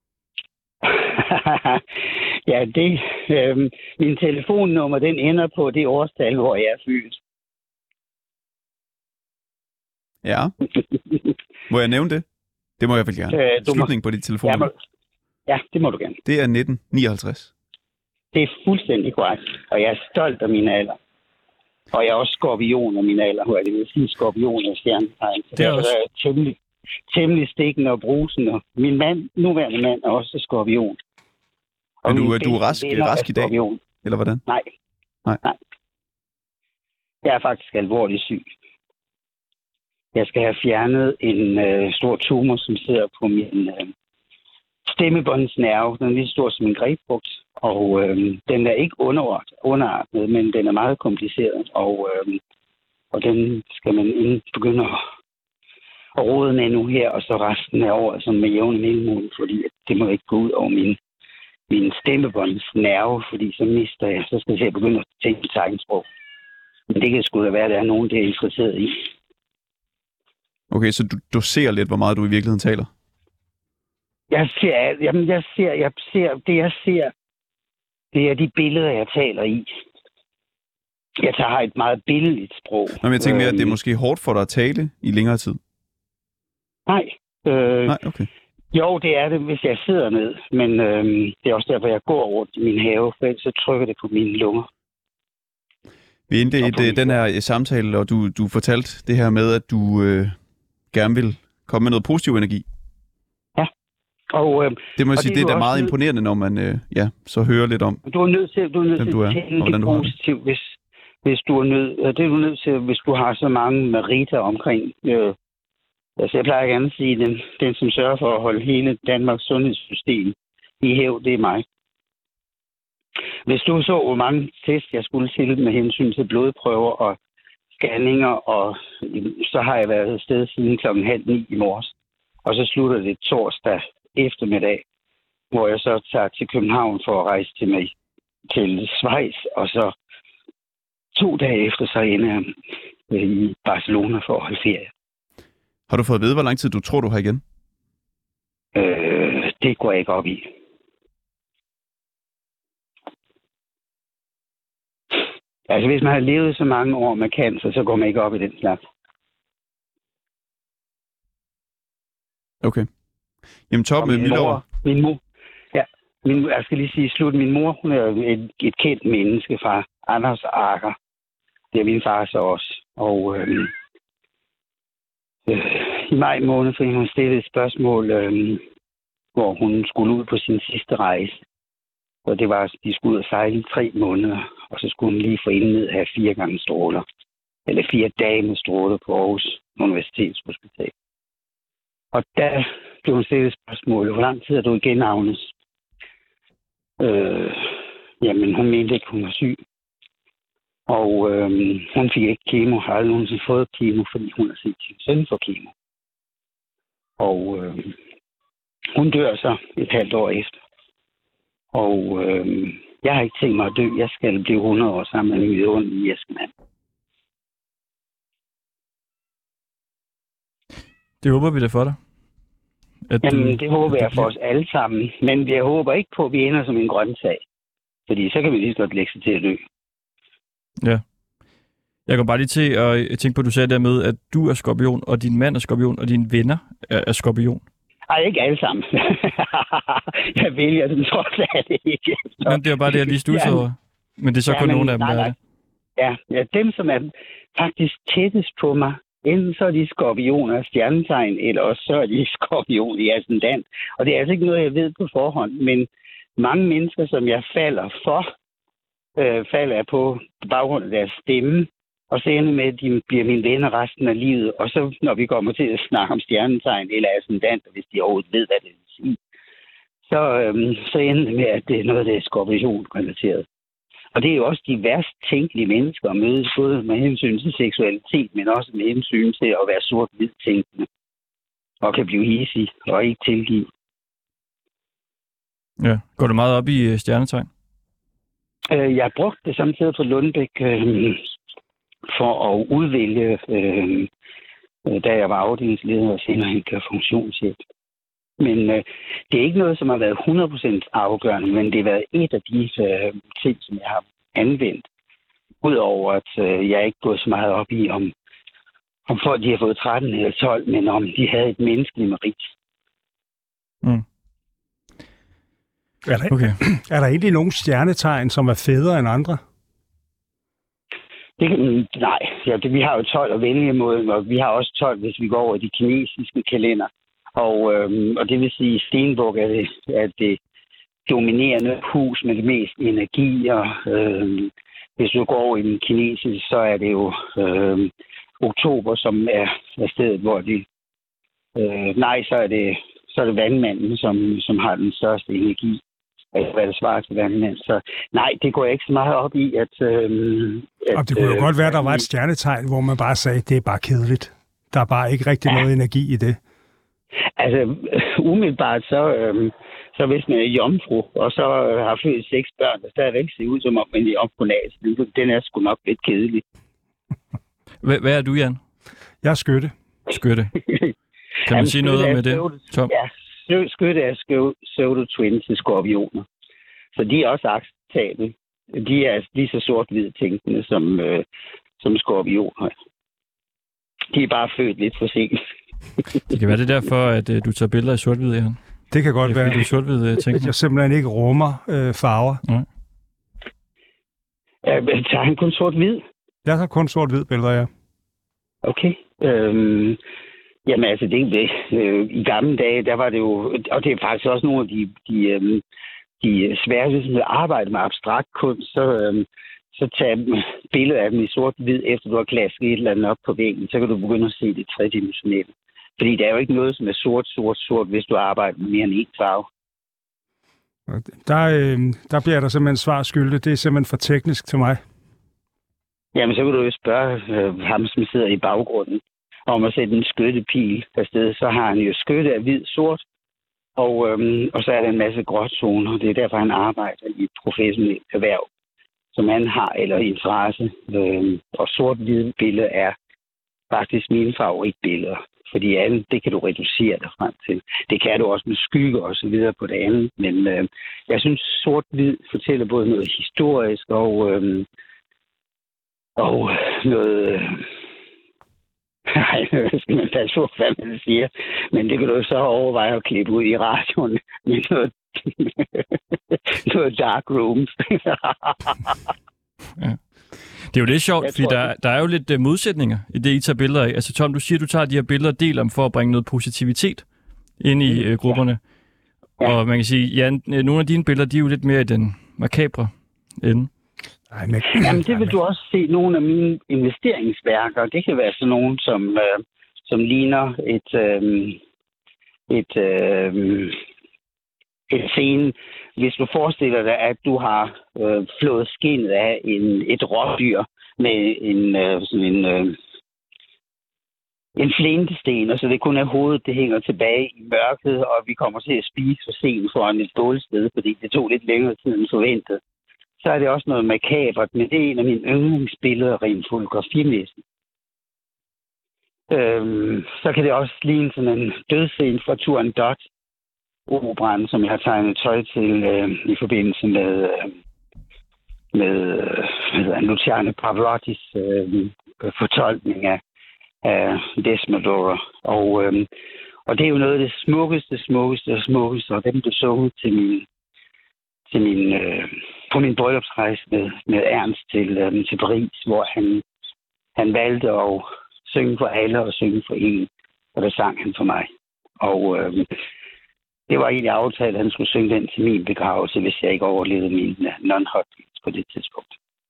ja, det, øh, min telefonnummer, den ender på det årstal, hvor jeg er født. Ja. Må jeg nævne det? Det må jeg vel gerne. Øh, Slutningen må... på dit telefonnummer. Ja, ja, det må du gerne. Det er nitten nioghalvtreds. Det er fuldstændig korrekt, og jeg er stolt af min alder. Og jeg er også skorpion af min alder, hvor jeg vil sige skorpion af stjernetegn. Det er også temmelig, temmelig stikken og brusen, og min mand, nuværende mand er også skorpion. Og men du, du er rask, rask i dag, eller hvordan? Nej. Nej. Nej. Jeg er faktisk alvorligt syg. Jeg skal have fjernet en øh, stor tumor, som sidder på min øh, stemmebåndsnerve. Den er lige så stor som en grebfrugt. Og øh, den er ikke underordnet, men den er meget kompliceret. Og, øh, og den skal man inden begynde at, at rode med nu her, og så resten af året som med jævne mellemrum, fordi det må ikke gå ud over min, min stemmebåndsnerve, fordi så mister jeg, så skal jeg begynde at tænke i tegnsprog. Men det kan sgu da være, at der er nogen, der er interesseret i. Okay, så du doserer lidt, hvor meget du i virkeligheden taler? Jeg ser, jamen jeg ser, jeg ser, det jeg ser, det er de billeder, jeg taler i. jeg har et meget billedligt sprog. Nå, men jeg tænker mere, at det er Øhm, måske hårdt for dig at tale i længere tid. Nej. Øh, Nej, okay. Jo, det er det, hvis jeg sidder ned. Men øhm, det er også derfor, jeg går rundt i min have, for ellers så trykker det på mine lunger. Vi endte i det, den her øh, samtale, og du, du fortalte det her med, at du øh, gerne vil komme med noget positiv energi. Ja. Og, øh, Det må jeg og sige, det det er er da du meget også nødt- imponerende, når man øh, ja, så hører lidt om. Du er nødt til, du er nødt Hvem til du er, at og tænke hvordan du har det. positivt, hvis, hvis du er nødt. Det er du nødt til, hvis du har så mange meritter omkring. Øh, altså, jeg plejer gerne at sige, at den, den, som sørger for at holde hele Danmarks sundhedssystem i hæv, det er mig. Hvis du så, hvor mange test, jeg skulle til med hensyn til blodprøver og scanninger, og så har jeg været afsted siden klokken halv ni i morges. Og så slutter det torsdag eftermiddag, hvor jeg så tager til København for at rejse til mig til Schweiz, og så to dage efter, så ender jeg i Barcelona for at holde ferie. Har du fået at vide, hvor lang tid du tror, du har igen? Øh, det går jeg ikke op i. Altså, hvis man har levet så mange år med cancer, så går man ikke op i den slags. Okay. Jamen top Og med min Mildover. mor, min mor, ja, min, jeg skal lige sige slut. Min mor, hun er et, et kendt menneske fra Anders Akker. Det er min far så også. Og øh, øh, i maj måned fik hun stillet et spørgsmål, øh, hvor hun skulle ud på sin sidste rejse. Og det var, at de skulle ud og sejle i tre måneder, og så skulle hun lige få indned af fire gange stråler. Eller fire dage med stråler på Aarhus Universitetshospital. Og der blev hun stillet spørgsmålet, hvor lang tid er du igen, Agnes? Øh, jamen, hun mente ikke, hun var syg. Og øh, hun fik ikke kemo, har aldrig nogensinde fået kemo, fordi hun har set sin søn for kemo. Og øh, hun dør så et halvt år efter. Og øh, jeg har ikke tænkt mig at dø. Jeg skal blive hundrede år sammen med min vidunderlige Jespermand. Det håber vi da for dig. At Jamen, du, det håber at jeg du for bliver- os alle sammen. Men jeg håber ikke på, at vi ender som en grøntsag. Fordi så kan vi lige så godt lægge sig til at dø. Ja. Jeg går bare lige til at tænke på, at du sagde dermed, at du er skorpion, og din mand er skorpion, og dine venner er, er skorpion. Ej, ikke alle sammen. Jeg vælger dem trods alt ikke. Så, Men det er bare det, jeg lige studser Ja. over. Men det er så Ja, kun men nogle af dem, nej, der er nej. det. ja, ja, dem, som er faktisk tættest på mig, enten så er de skorpioner stjernetegn, eller også så er de skorpion i ascendant. Og det er altså ikke noget, jeg ved på forhånd, men mange mennesker, som jeg falder for, øh, falder jeg på baggrund af deres stemme, og så ender med, at de bliver mine venner resten af livet. Og så, når vi kommer til at snakke om stjernetegn eller ascendant, hvis de overhovedet ved, hvad det vil sige, så, øhm, så ender det med, at det er noget, der er skorpion-relateret. Og det er jo også de værst tænkelige mennesker at møde, både med hensyn til seksualitet, men også med hensyn til at være sort-hvid tænkende. Og kan blive hisig og ikke tilgive. Ja. Går du meget op i øh, stjernetegn? Øh, jeg brugte det samtidig på Lundbæk øh, for at udvælge, øh, øh, da jeg var afdelingsleder og senere hen blev funktionschef. Men øh, det er ikke noget, som har været hundrede procent afgørende, men det har været et af de øh, ting, som jeg har anvendt. Udover at øh, jeg ikke gået så meget op i, om, om folk de har fået tretten eller tolv, men om de havde et menneskeligt merit. Mm. Er der, Okay. er der egentlig nogle stjernetegn, som er federe end andre? Det kan, nej, ja, det, vi har jo tolv at vælge imod, og vi har også tolv, hvis vi går over i de kinesiske kalender. Og, øhm, og det vil sige, at Stenbuk er det, er det dominerende hus med det mest energi. Og øhm, hvis du går over i den kinesiske, så er det jo øhm, oktober, som er, er stedet, hvor de... Øh, nej, så er det, så er det vandmanden, som, som har den største energi. Altså, hvad det svarer til vandmand. Så nej, det går jeg ikke så meget op i, at... Øhm, at Og det kunne jo øh, godt være, at der var et stjernetegn, hvor man bare sagde, at det er bare kedeligt. Der er bare ikke rigtig Ja. noget energi i det. Altså, umiddelbart så, øhm, så hvis man er jomfru, og så øh, har født seks børn, der stadigvæk ser ud som om, man er jomfru-nas, den er sgu nok lidt kedelig. Hvad, hvad er du, Jan? Jeg er skytte. Skytte. Kan man sige noget om det, Tom? Ja, sø- skytte er pseudo-twins til skorpioner. Så de er også acceptable. De er lige så sort-hvide tænkende som, øh, som skorpioner. De er bare født lidt for sent. Det kan være det derfor, at øh, du tager billeder i sort-hvid, Jan. Det kan godt Det er, være. fordi du er sort-hvid øh, tænkende. Jeg simpelthen ikke rummer øh, farver. Ja. Ja, men tager han kun sort-hvid? Jeg har kun sort-hvid billeder, ja. Okay. Øhm, jamen altså, det er det. Øh, I gamle dage, der var det jo... Og det er faktisk også nogle af de, de, øhm, de sværeste, som arbejder med abstrakt kunst, så, øhm, så tag billeder af dem i sort-hvid, efter du har klasket et eller andet op på væggen, så kan du begynde at se det tredimensionelle. Fordi der er jo ikke noget, som er sort, sort, sort, hvis du arbejder med mere end én farve. Der, øh, der bliver der simpelthen svar skyldig. Det er simpelthen for teknisk til mig. Jamen, så kan du jo spørge øh, ham, som sidder i baggrunden, om at sætte en skyttepil afsted. Så har han jo skytte af hvid, sort, og, øhm, og så er der en masse gråzoner. Det er derfor, han arbejder i et professionelt erhverv, som han har, eller interesse. Øhm, og sort-hvide billeder er faktisk mine favoritbilleder. Fordi andet, det kan du reducere dig frem til. Det kan du også med skygger og så videre på det andet. Men øh, jeg synes, sort-hvid fortæller både noget historisk og, øh, og noget... Øh, nej, hvad skal man passe på, hvad man siger. Men det kan du så overveje at klippe ud i radioen med noget, noget dark rooms. Ja. Det er jo lidt sjovt, Jeg fordi tror, der, der er jo lidt uh, modsætninger i det, I tager billeder af. Altså Tom, du siger, du tager de her billeder og deler dem for at bringe noget positivitet ind i uh, grupperne. Ja. Og man kan sige, ja, nogle af dine billeder, de er jo lidt mere i den makabre ende. Ej, men... Jamen, det vil du også se nogle af mine investeringsværker. Det kan være sådan nogle, som, øh, som ligner et, øh, et, øh, et scene. Hvis du forestiller dig, at du har øh, flået skindet af en, et rådyr med en, øh, sådan en, øh, en flintesten, og så det kun er hovedet, det hænger tilbage i mørket, og vi kommer til at spise for sent foran et bålsted, fordi det tog lidt længere tid end forventet. Så er det også noget makabert, men det er en af mine yndlingsbilleder rent fotografimæssigt. Øhm, så kan det også ligne sådan en dødsscene fra Turandot, operaen, som jeg har tegnet tøj til øh, i forbindelse med, øh, med øh, Luciano Pavarottis øh, fortolkning af, af Desmodora. Og, øh, og det er jo noget af det smukkeste, smukkeste og smukkeste, og dem, der så ud til min til min, øh, på min bryllupsrejse med, med Ernst til, øh, til Paris, hvor han, han valgte at synge for alle og synge for en, og der sang han for mig. Og øh, det var egentlig aftalt, at han skulle synge den til min begravelse, hvis jeg ikke overlevede min uh, non-Hodgkins på det tidspunkt.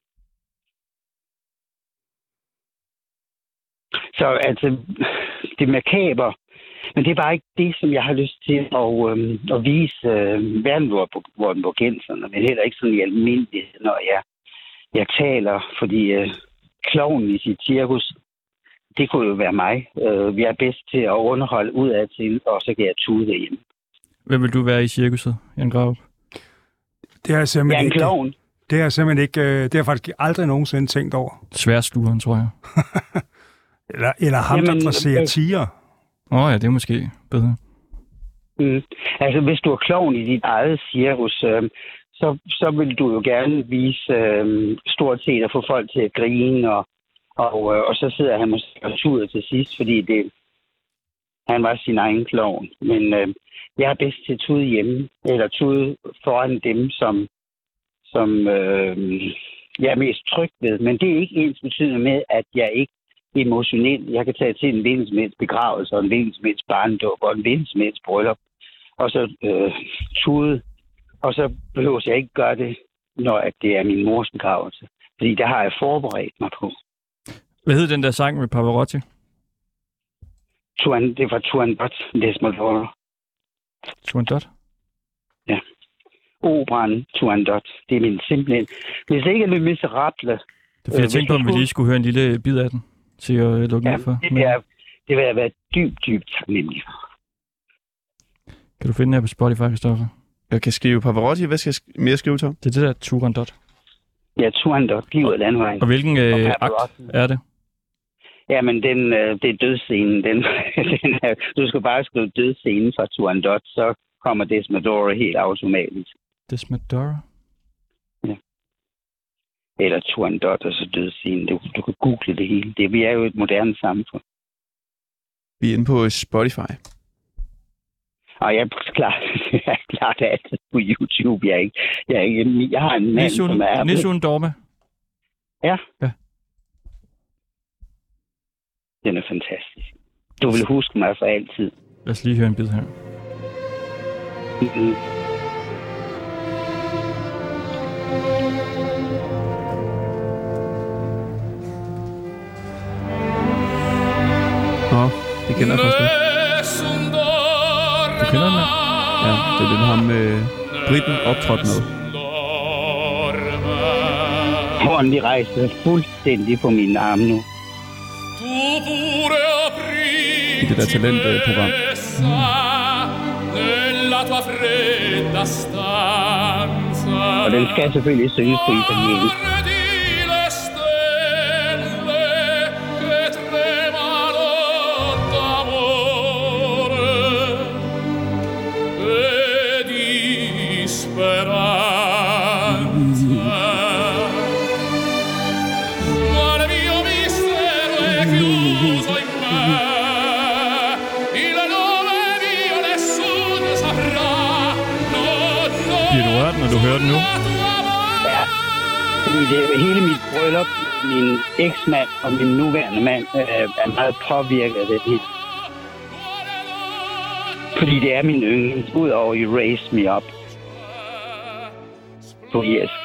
Så altså, det makaber. Men det er bare ikke det, som jeg har lyst til at, øh, at vise øh, verden, hvor den borgenserne, men heller ikke sådan i almindelighed, når jeg, jeg taler, fordi øh, klovnen i sit cirkus, det kunne jo være mig. Øh, vi er bedst til at underholde ud af til, og så kan jeg tude derhjemme. Hvem vil du være i cirkuset, Jan Graup? Det er simpelthen jeg er en ikke... klovn. Det har simpelthen ikke... øh, Det har faktisk aldrig nogensinde tænkt over. Sværslueren, tror jeg. Eller, eller ham, Jamen, der dresserer øh, tiger. Åh oh, ja, det er måske bedre. Mm. Altså, hvis du er klovn i dit eget cirkus, øh, så, så vil du jo gerne vise øh, stort set at få folk til at grine, og, og, øh, og så sidder han måske og tuder til sidst, fordi det, han var sin egen klovn. Men øh, jeg er bedst til at tude hjemme, eller tude foran dem, som, som øh, jeg er mest tryg ved. Men det er ikke ens betydende med, at jeg ikke emotionelt. Jeg kan tage til en hvilken som helst begravelse, og en hvilken som helst barndåb, og en hvilken som helst bryllup, og så øh, tude. Og så behøver jeg ikke gøre det, når at det er min mors begravelse. Fordi der har jeg forberedt mig på. Hvad hed den der sang med Pavarotti? Tuan, det var Turandot, Desmodora. Turandot? Ja. Operaen Turandot. Det er min simpelthen... Hvis ikke er Le Miserable... Det er fordi, jeg tænkte på, om vi lige skulle høre en lille bid af den, til at lukke Ja, ned for. det vil, jeg, det vil jeg være dybt, dybt taknemmelig for. Kan du finde den her på Spotify, Christoffer? Jeg kan skrive Pavarotti. Hvad skal jeg sk- mere skrive til? Det er det der Turandot. Ja, Turandot, livet af landvejen. Og hvilken øh, Og akt Pavarotti. er det? Jamen, den, øh, det er dødsscenen. Den, den er, du skal bare skrive dødsscenen fra Turandot, så kommer Desmodora helt automatisk. Desmodora? Ja. eller Turandot og så dødsscenen. Du, du kan google det hele. Det, vi er jo et moderne samfund. Vi er inde på Spotify. Og jeg er klart, jeg er klart altid på YouTube. Jeg, er ikke, jeg, er ikke, jeg har en mand, Nisun, som er... Nisun Dorme. Ja. ja. Den er fantastisk. Du vil huske mig for altid. Lad os lige høre en bid her. Mm-hmm. Nå, det kender jeg faktisk godt. Du kender den her? Ja, det er den ham øh, Britten optrådt med. Hånden de rejser fuldstændig på mine arme nu. I det der talentprogram. Mm. Og den skal selvfølgelig synges på italiensk. Bliver du rørt, når du hører den nu? Ja, fordi det er hele mit bryllup, min eksmand og min nuværende mand øh, er meget påvirket af det hele. Fordi det er min yndling, udover You Raise Me Up på irsk.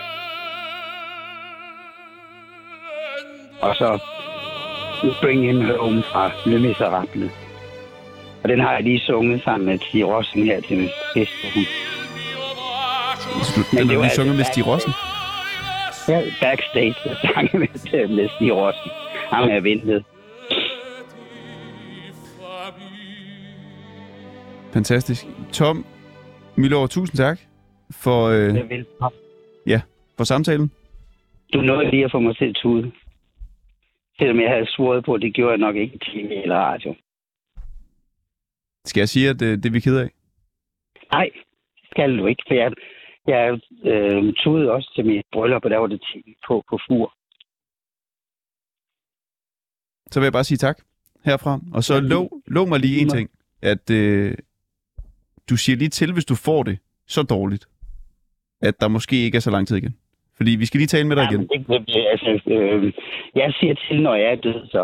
Og så Bring Him Home fra Le Miserable. Og den har jeg lige sunget sammen med Stig Rossen her til festen. Den har lige sunget med Stig Rossen? Ja, backstage, der sang med, med Stig Rossen. Han er ventet. Fantastisk. Tom Müller, tusind tak for, øh, ja, for samtalen. Du nåede lige at få mig til at tude. Selvom jeg havde svoret på, at det gjorde jeg nok ikke i T V eller radio. Skal jeg sige, at det, det er vi ked af? Nej, det skal du ikke, for jeg, jeg øh, tudede også til mit bryllup, og der var det T V på på Fur. Så vil jeg bare sige tak herfra. Og så lov, lov mig lige en ting, at øh, du siger lige til, hvis du får det så dårligt, at der måske ikke er så lang tid igen. Fordi vi skal lige tale med dig igen. Ja, det, det, altså, øh, jeg siger til, når jeg er død, så.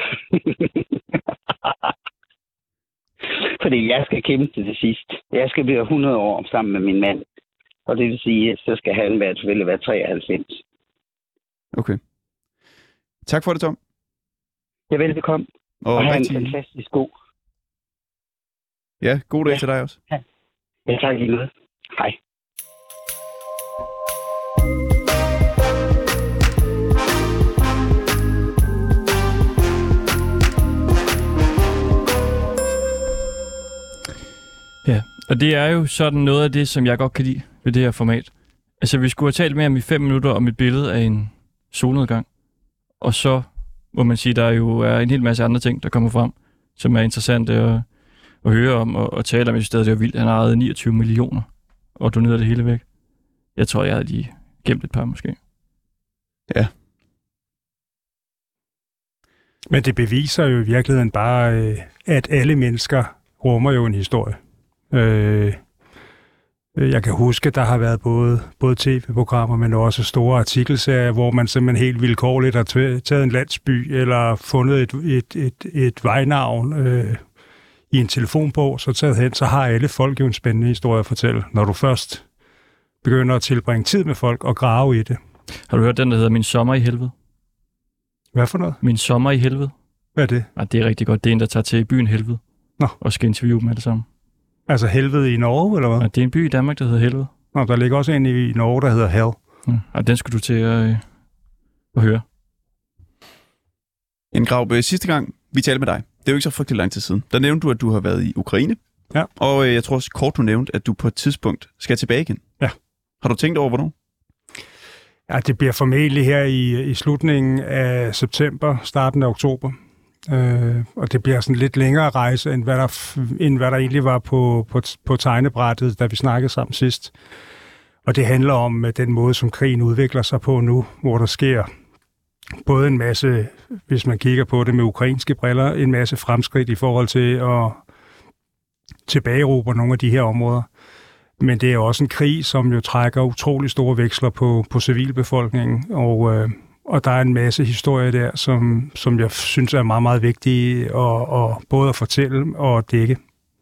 Fordi jeg skal kæmpe til det sidst. Jeg skal blive hundrede år sammen med min mand. Og det vil sige, at så skal han være, selvfølgelig være treoghalvfems. Okay. Tak for det, Tom. Ja, velbekomme. Og, og have rigtig... en fantastisk god. Ja, god dag ja. til dig også. Ja, ja tak lige noget. Hej. Ja, og det er jo sådan noget af det, som jeg godt kan lide ved det her format. Altså, vi skulle have talt mere om i fem minutter om et billede af en solnedgang. Og så må man sige, der jo er en hel masse andre ting, der kommer frem, som er interessante at, at høre om og, og tale om. I stedet det er vildt. Han har ejet niogtyve millioner og donerede det hele væk. Jeg tror, jeg havde lige gemt et par måske. Ja. Men det beviser jo i virkeligheden bare, at alle mennesker rummer jo en historie. Øh, jeg kan huske, der har været både, både tv-programmer, men også store artikelserier, hvor man simpelthen helt vilkårligt har taget en landsby, eller fundet et, et, et, et vejnavn øh, i en telefonbog, så taget hen, så har alle folk jo en spændende historie at fortælle, når du først begynder at tilbringe tid med folk og grave i det. Har du hørt den, der hedder Min sommer i helvede? Hvad for noget? Min sommer i helvede. Hvad er det? Ja, det er rigtig godt. Det er en, der tager til byen Helvede. Nå. Og skal interviewe med det samme. Altså Helvede i Norge, eller hvad? Ja, det er en by i Danmark, der hedder Helvede. Nå, der ligger også en i Norge, der hedder Hell. Ja, og den skulle du til at, øh, at høre. En Graup, sidste gang vi talte med dig, det er jo ikke så frygtelig lang tid siden. Der nævnte du, at du har været i Ukraine. Ja. Og øh, jeg tror også kort, du nævnte, at du på et tidspunkt skal tilbage igen. Ja. Har du tænkt over, hvornår? Ja, det bliver formentlig her i, i slutningen af september, starten af oktober. Øh, og det bliver sådan lidt længere rejse, end hvad der, end hvad der egentlig var på, på, på tegnebrættet, da vi snakkede sammen sidst. Og det handler om uh, den måde, som krigen udvikler sig på nu, hvor der sker både en masse, hvis man kigger på det med ukrainske briller, en masse fremskridt i forhold til at tilbageråbe nogle af de her områder. Men det er også en krig, som jo trækker utrolig store veksler på, på civilbefolkningen, og, øh, og der er en masse historier der, som, som jeg synes er meget, meget vigtige at, at både at fortælle og dække.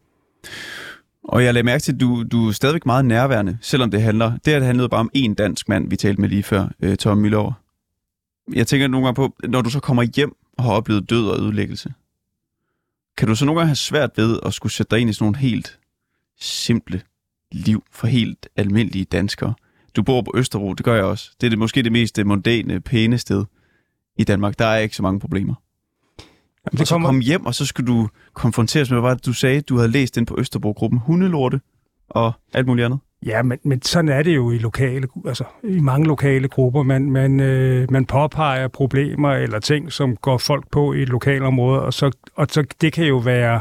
Og jeg lagde mærke til, at du, du er stadigvæk meget nærværende, selvom det handler... Det her det handlede bare om én dansk mand, vi talte med lige før, øh, Tom Müller. Jeg tænker nogle gange på, når du så kommer hjem og har oplevet død og ødelæggelse, kan du så nogle gange have svært ved at skulle sætte dig ind i sådan nogle helt simple liv for helt almindelige danskere? Du bor på Østerbro, det gør jeg også. Det er det, måske det mest mondæne, pæne sted i Danmark. Der er ikke så mange problemer. Jamen, og så kommer... komme hjem, og så skulle du konfronteres med, hvad var det, du sagde, du havde læst den på Østerbro-gruppen, hundelorte og alt muligt andet? Ja, men, men sådan er det jo i lokale, altså i mange lokale grupper. Man, man, øh, man påpeger problemer eller ting, som går folk på i et lokalområde, og så, og så det kan jo være,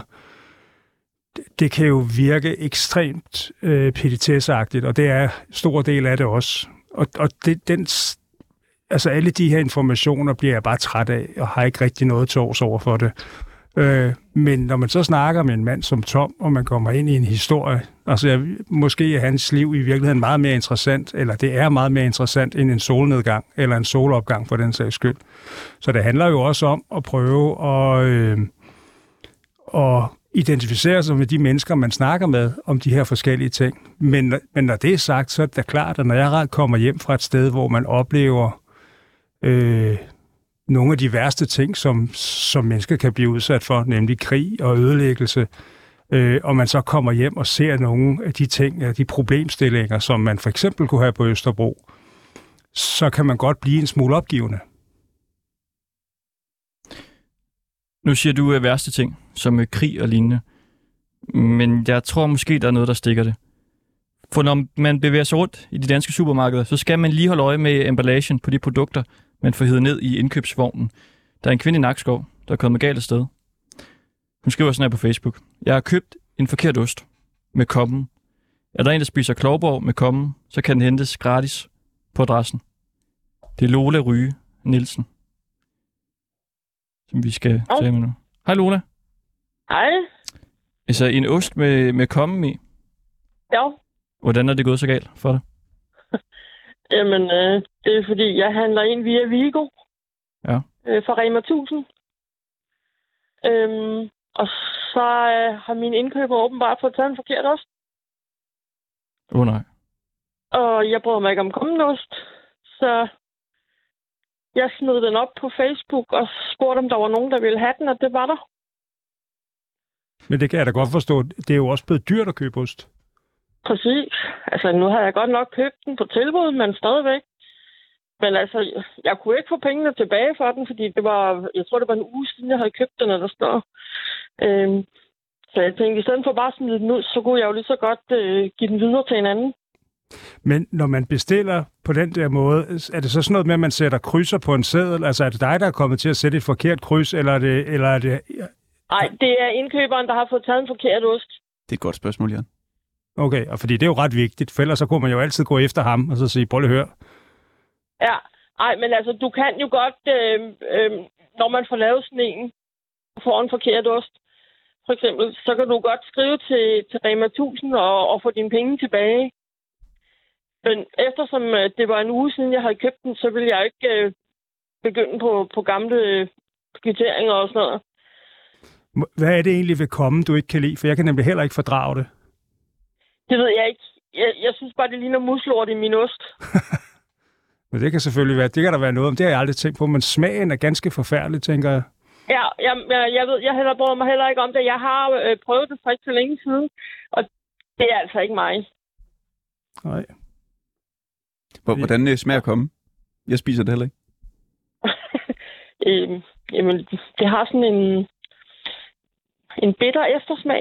det kan jo virke ekstremt øh, petitesseagtigt, og det er stor del af det også. Og, og det, den, altså alle de her informationer bliver jeg bare træt af, og har ikke rigtig noget til års over for det. Øh, men når man så snakker med en mand som Tom, og man kommer ind i en historie, altså jeg, måske er hans liv i virkeligheden meget mere interessant, eller det er meget mere interessant end en solnedgang, eller en solopgang for den sags skyld. Så det handler jo også om at prøve at, øh, at identificere sig med de mennesker, man snakker med om de her forskellige ting. Men, men når det er sagt, så er det klart, at når jeg kommer hjem fra et sted, hvor man oplever øh, nogle af de værste ting, som, som mennesker kan blive udsat for, nemlig krig og ødelæggelse, øh, og man så kommer hjem og ser nogle af de ting, de problemstillinger, som man for eksempel kunne have på Østerbro, så kan man godt blive en smule opgivende. Nu siger du øh, værste ting, som øh, krig og lignende, men jeg tror måske, der er noget, der stikker det. For når man bevæger sig rundt i de danske supermarkeder, så skal man lige holde øje med emballagen på de produkter, man får hedet ned i indkøbsvognen. Der er en kvinde i Nakskov, der er kommet galt af sted. Hun skriver sådan her på Facebook. Jeg har købt en forkert ost med kommen. Er der en, der spiser Klovborg med kommen, så kan den hentes gratis på adressen. Det er Lola Ryge Nielsen, som vi skal oh. tale med nu. Hej Lola. Hej. Altså en ost med, med kommen i? Ja. Hvordan er det gået så galt for dig? Jamen, øh, det er fordi, jeg handler ind via Vigo. Ja. Øh, for Rema tusind. Øhm, og så øh, har mine indkøber åbenbart fået taget en forkert ost. Åh oh, nej. Og jeg bryder mig ikke om kommende ost. Så jeg smed den op på Facebook og spurgte, om der var nogen, der ville have den, og det var der. Men det kan jeg da godt forstå. Det er jo også blevet dyrt at købe ost. Præcis. Altså, nu havde jeg godt nok købt den på tilbud, men stadigvæk. Men altså, jeg kunne ikke få pengene tilbage for den, fordi det var, jeg tror, det var en uge siden, jeg havde købt den, eller sådan noget. Øhm, så jeg tænkte, i stedet for bare at smide den ud, så kunne jeg jo lige så godt øh, give den videre til en anden. Men når man bestiller på den der måde, er det så sådan noget med, at man sætter krydser på en seddel? Altså, er det dig, der er kommet til at sætte et forkert kryds, eller er det... Eller er det... Nej, det er indkøberen, der har fået taget en forkert ost. Det er et godt spørgsmål, Jan. Okay, og fordi det er jo ret vigtigt, for ellers så kunne man jo altid gå efter ham, og så sige, prøv lige hør. Ja, nej, men altså, du kan jo godt, øh, øh, når man får lavet sådan en, får en forkert ost, for eksempel, så kan du godt skrive til, til Rema tusind og, og få dine penge tilbage. Men eftersom øh, det var en uge siden, jeg havde købt den, så ville jeg ikke øh, begynde på, på gamle øh, kvitteringer og sådan noget. Hvad er det egentlig ved komme, du ikke kan lide? For jeg kan nemlig heller ikke fordrage det. Det ved jeg ikke. Jeg, jeg synes bare, det ligner muslort i min ost. Men det kan selvfølgelig være, det kan der være noget om. Det har jeg aldrig tænkt på, men smagen er ganske forfærdelig, tænker jeg. Ja, jeg, jeg ved, jeg heller bryder mig heller ikke om det. Jeg har øh, prøvet det for ikke så længe siden, og det er altså ikke mig. Nej. Hvordan smager komme? Jeg spiser det heller ikke. øhm, jamen, det har sådan en, en bitter eftersmag.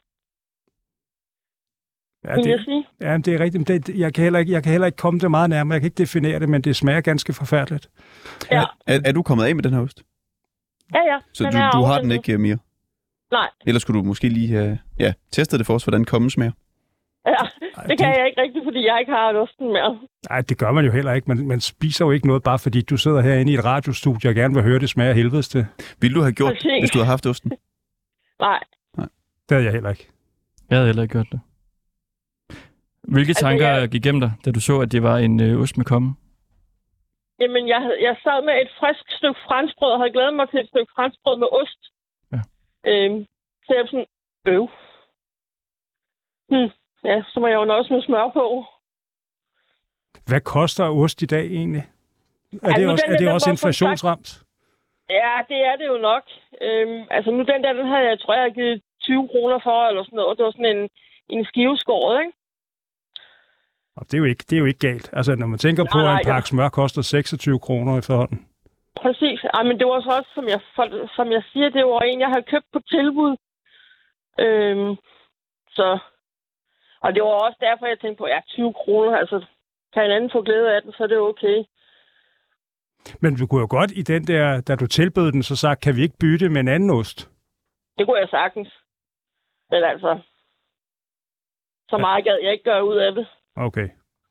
Ja, det, ja, det er rigtigt. Det, jeg, kan heller ikke, jeg kan heller ikke komme det meget nærmere. Jeg kan ikke definere det, men det smager ganske forfærdeligt. Ja. Er, er du kommet af med den her ost? Ja, ja. Så du, du har den ikke mere? Nej. Ellers skulle du måske lige have ja, testet det for os, hvordan kommen smager? Ja, det kan det... jeg ikke rigtigt, fordi jeg ikke har osten mere. Nej, det gør man jo heller ikke. Man, man spiser jo ikke noget, bare fordi du sidder herinde i et radiostudie og gerne vil høre det smage af helvedes til. Ville du have gjort Præcis. det, hvis du havde haft osten? Nej. Nej. Det havde jeg heller ikke. Jeg havde heller ikke gjort det. Hvilke Altså, tanker jeg... gik igennem dig, da du så, at det var en øh, ost med komme? Jamen, jeg, havde, jeg sad med et frisk stykke franskbrød og havde glædet mig til et stykke franskbrød med ost. Ja. Øhm, så jeg var sådan, øv. Hmm. Ja, så må jeg jo også med smør på. Hvad koster ost i dag egentlig? Er altså, det også, den, er det den, også den inflationsramt? Ja, det er det jo nok. Øhm, altså nu den der, den havde jeg, tror jeg, har givet tyve kroner for, eller sådan noget. Det var sådan en, en skiveskåret, ikke? Og det er jo ikke, det er jo ikke galt. Altså, når man tænker nej, på, at nej, en pakke ja. smør koster seksogtyve kroner efterhånden. Præcis. Ej, men det var så også, som jeg, som jeg siger, det var en, jeg havde købt på tilbud. Øhm, så... Og det var også derfor, jeg tænkte på, ja, tyve kroner, altså, kan en anden få glæde af den, så er det okay. Men du kunne jo godt i den der, da du tilbød den, så sagt, kan vi ikke bytte med en anden ost? Det kunne jeg sagtens. Men altså, så meget gad jeg ikke gøre ud af det. Okay.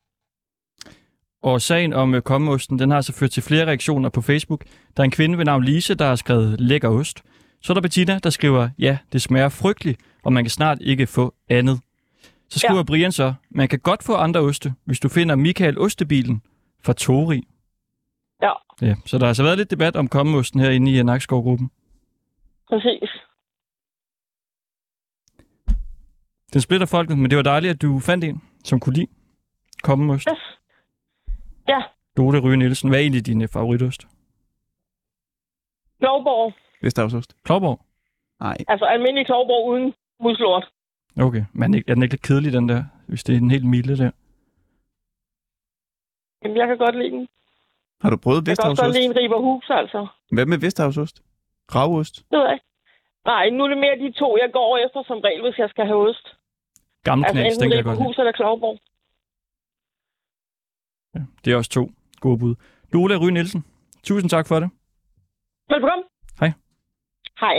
Og sagen om øh, kommeosten, den har altså ført til flere reaktioner på Facebook. Der er en kvinde ved navn Lise, der har skrevet lækker ost. Så er der Bettina, der skriver, ja, det smager frygteligt, og man kan snart ikke få andet. Så skriver ja. Brian så, man kan godt få andre oste, hvis du finder Michael Ostebilen fra Tori. Ja. Ja. Så der har altså været lidt debat om kommeosten herinde i Nakskov-gruppen. Præcis. Den splitter folket, men det var dejligt, at du fandt en, som kunne lide kommeost. Yes. Ja. Dorte Rye Nielsen, hvad er egentlig din favoritost? Klovborg. Vesterhavsost. Klovborg? Nej. Altså almindelig Klovborg uden muslort. Okay, men er den ikke lidt kedelig, den der, hvis det er den helt milde der? Jamen, jeg kan godt lide den. Har du prøvet Vesterhavsost? Jeg kan også godt lide en Riberhus, altså. Hvad med Vesterhavsost? Raveost? Det ved jeg ikke. Nej, nu er det mere de to, jeg går efter som regel, hvis jeg skal have ost. Gammel knas, altså, den kan jeg godt lide. Riberhus eller Klovborg. Ja, det er også to gode bud. Dorte Rye Nielsen, tusind tak for det. Velkommen. Hej. Hej.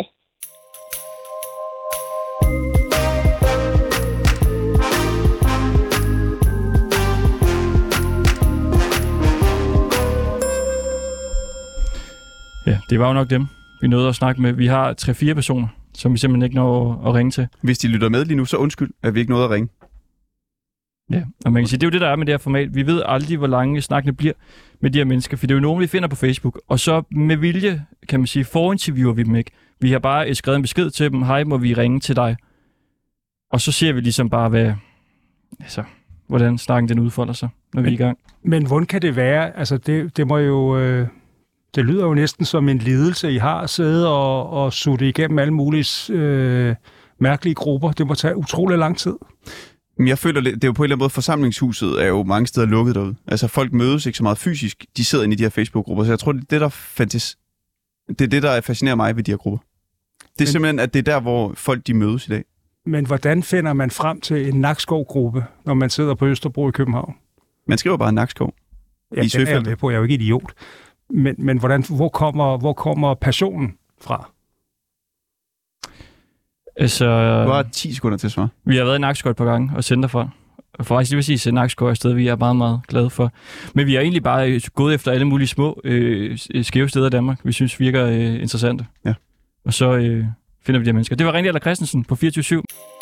Ja, det var jo nok dem, vi nåede at snakke med. Vi har tre-fire personer, som vi simpelthen ikke når at ringe til. Hvis de lytter med lige nu, så undskyld, at vi ikke nåede at ringe. Ja, og man kan sige, det er jo det, der er med det her format. Vi ved aldrig, hvor lange snakkene bliver med de her mennesker, for det er jo nogen, vi finder på Facebook. Og så med vilje, kan man sige, forinterviewer vi dem ikke. Vi har bare skrevet en besked til dem, hej, må vi ringe til dig? Og så ser vi ligesom bare, hvad, altså, hvordan snakken den udfolder sig, når vi er i gang. Men hvordan kan det være? Altså, det, det må jo... Øh... Det lyder jo næsten som en lidelse, I har siddet og, og sutte igennem alle mulige øh, mærkelige grupper. Det må tage utrolig lang tid. Men jeg føler, det er jo på en eller anden måde, forsamlingshuset er jo mange steder lukket derude. Altså folk mødes ikke så meget fysisk, de sidder inde i de her Facebook-grupper. Så jeg tror, det er det, der, fantas... det, er det, der fascinerer mig ved de her grupper. Det er men... simpelthen, at det er der, hvor folk de mødes i dag. Men hvordan finder man frem til en Nakskov-gruppe, når man sidder på Østerbro i København? Man skriver bare Nakskov. Ja, i den er jeg med på. Jeg er jo ikke idiot. Men, men hvordan, hvor, kommer, hvor kommer passionen fra? Altså, du har ti sekunder til at svare. Vi har været i Nakskov et par gange og sendt derfra. Og faktisk, det vil sige, at Nakskov er et sted, vi er meget, meget glade for. Men vi har egentlig bare gået efter alle mulige små øh, skæve steder i Danmark, vi synes virker øh, interessante. Ja. Og så øh, finder vi de her mennesker. Det var Ringdal og Christensen på fireogtyve syv.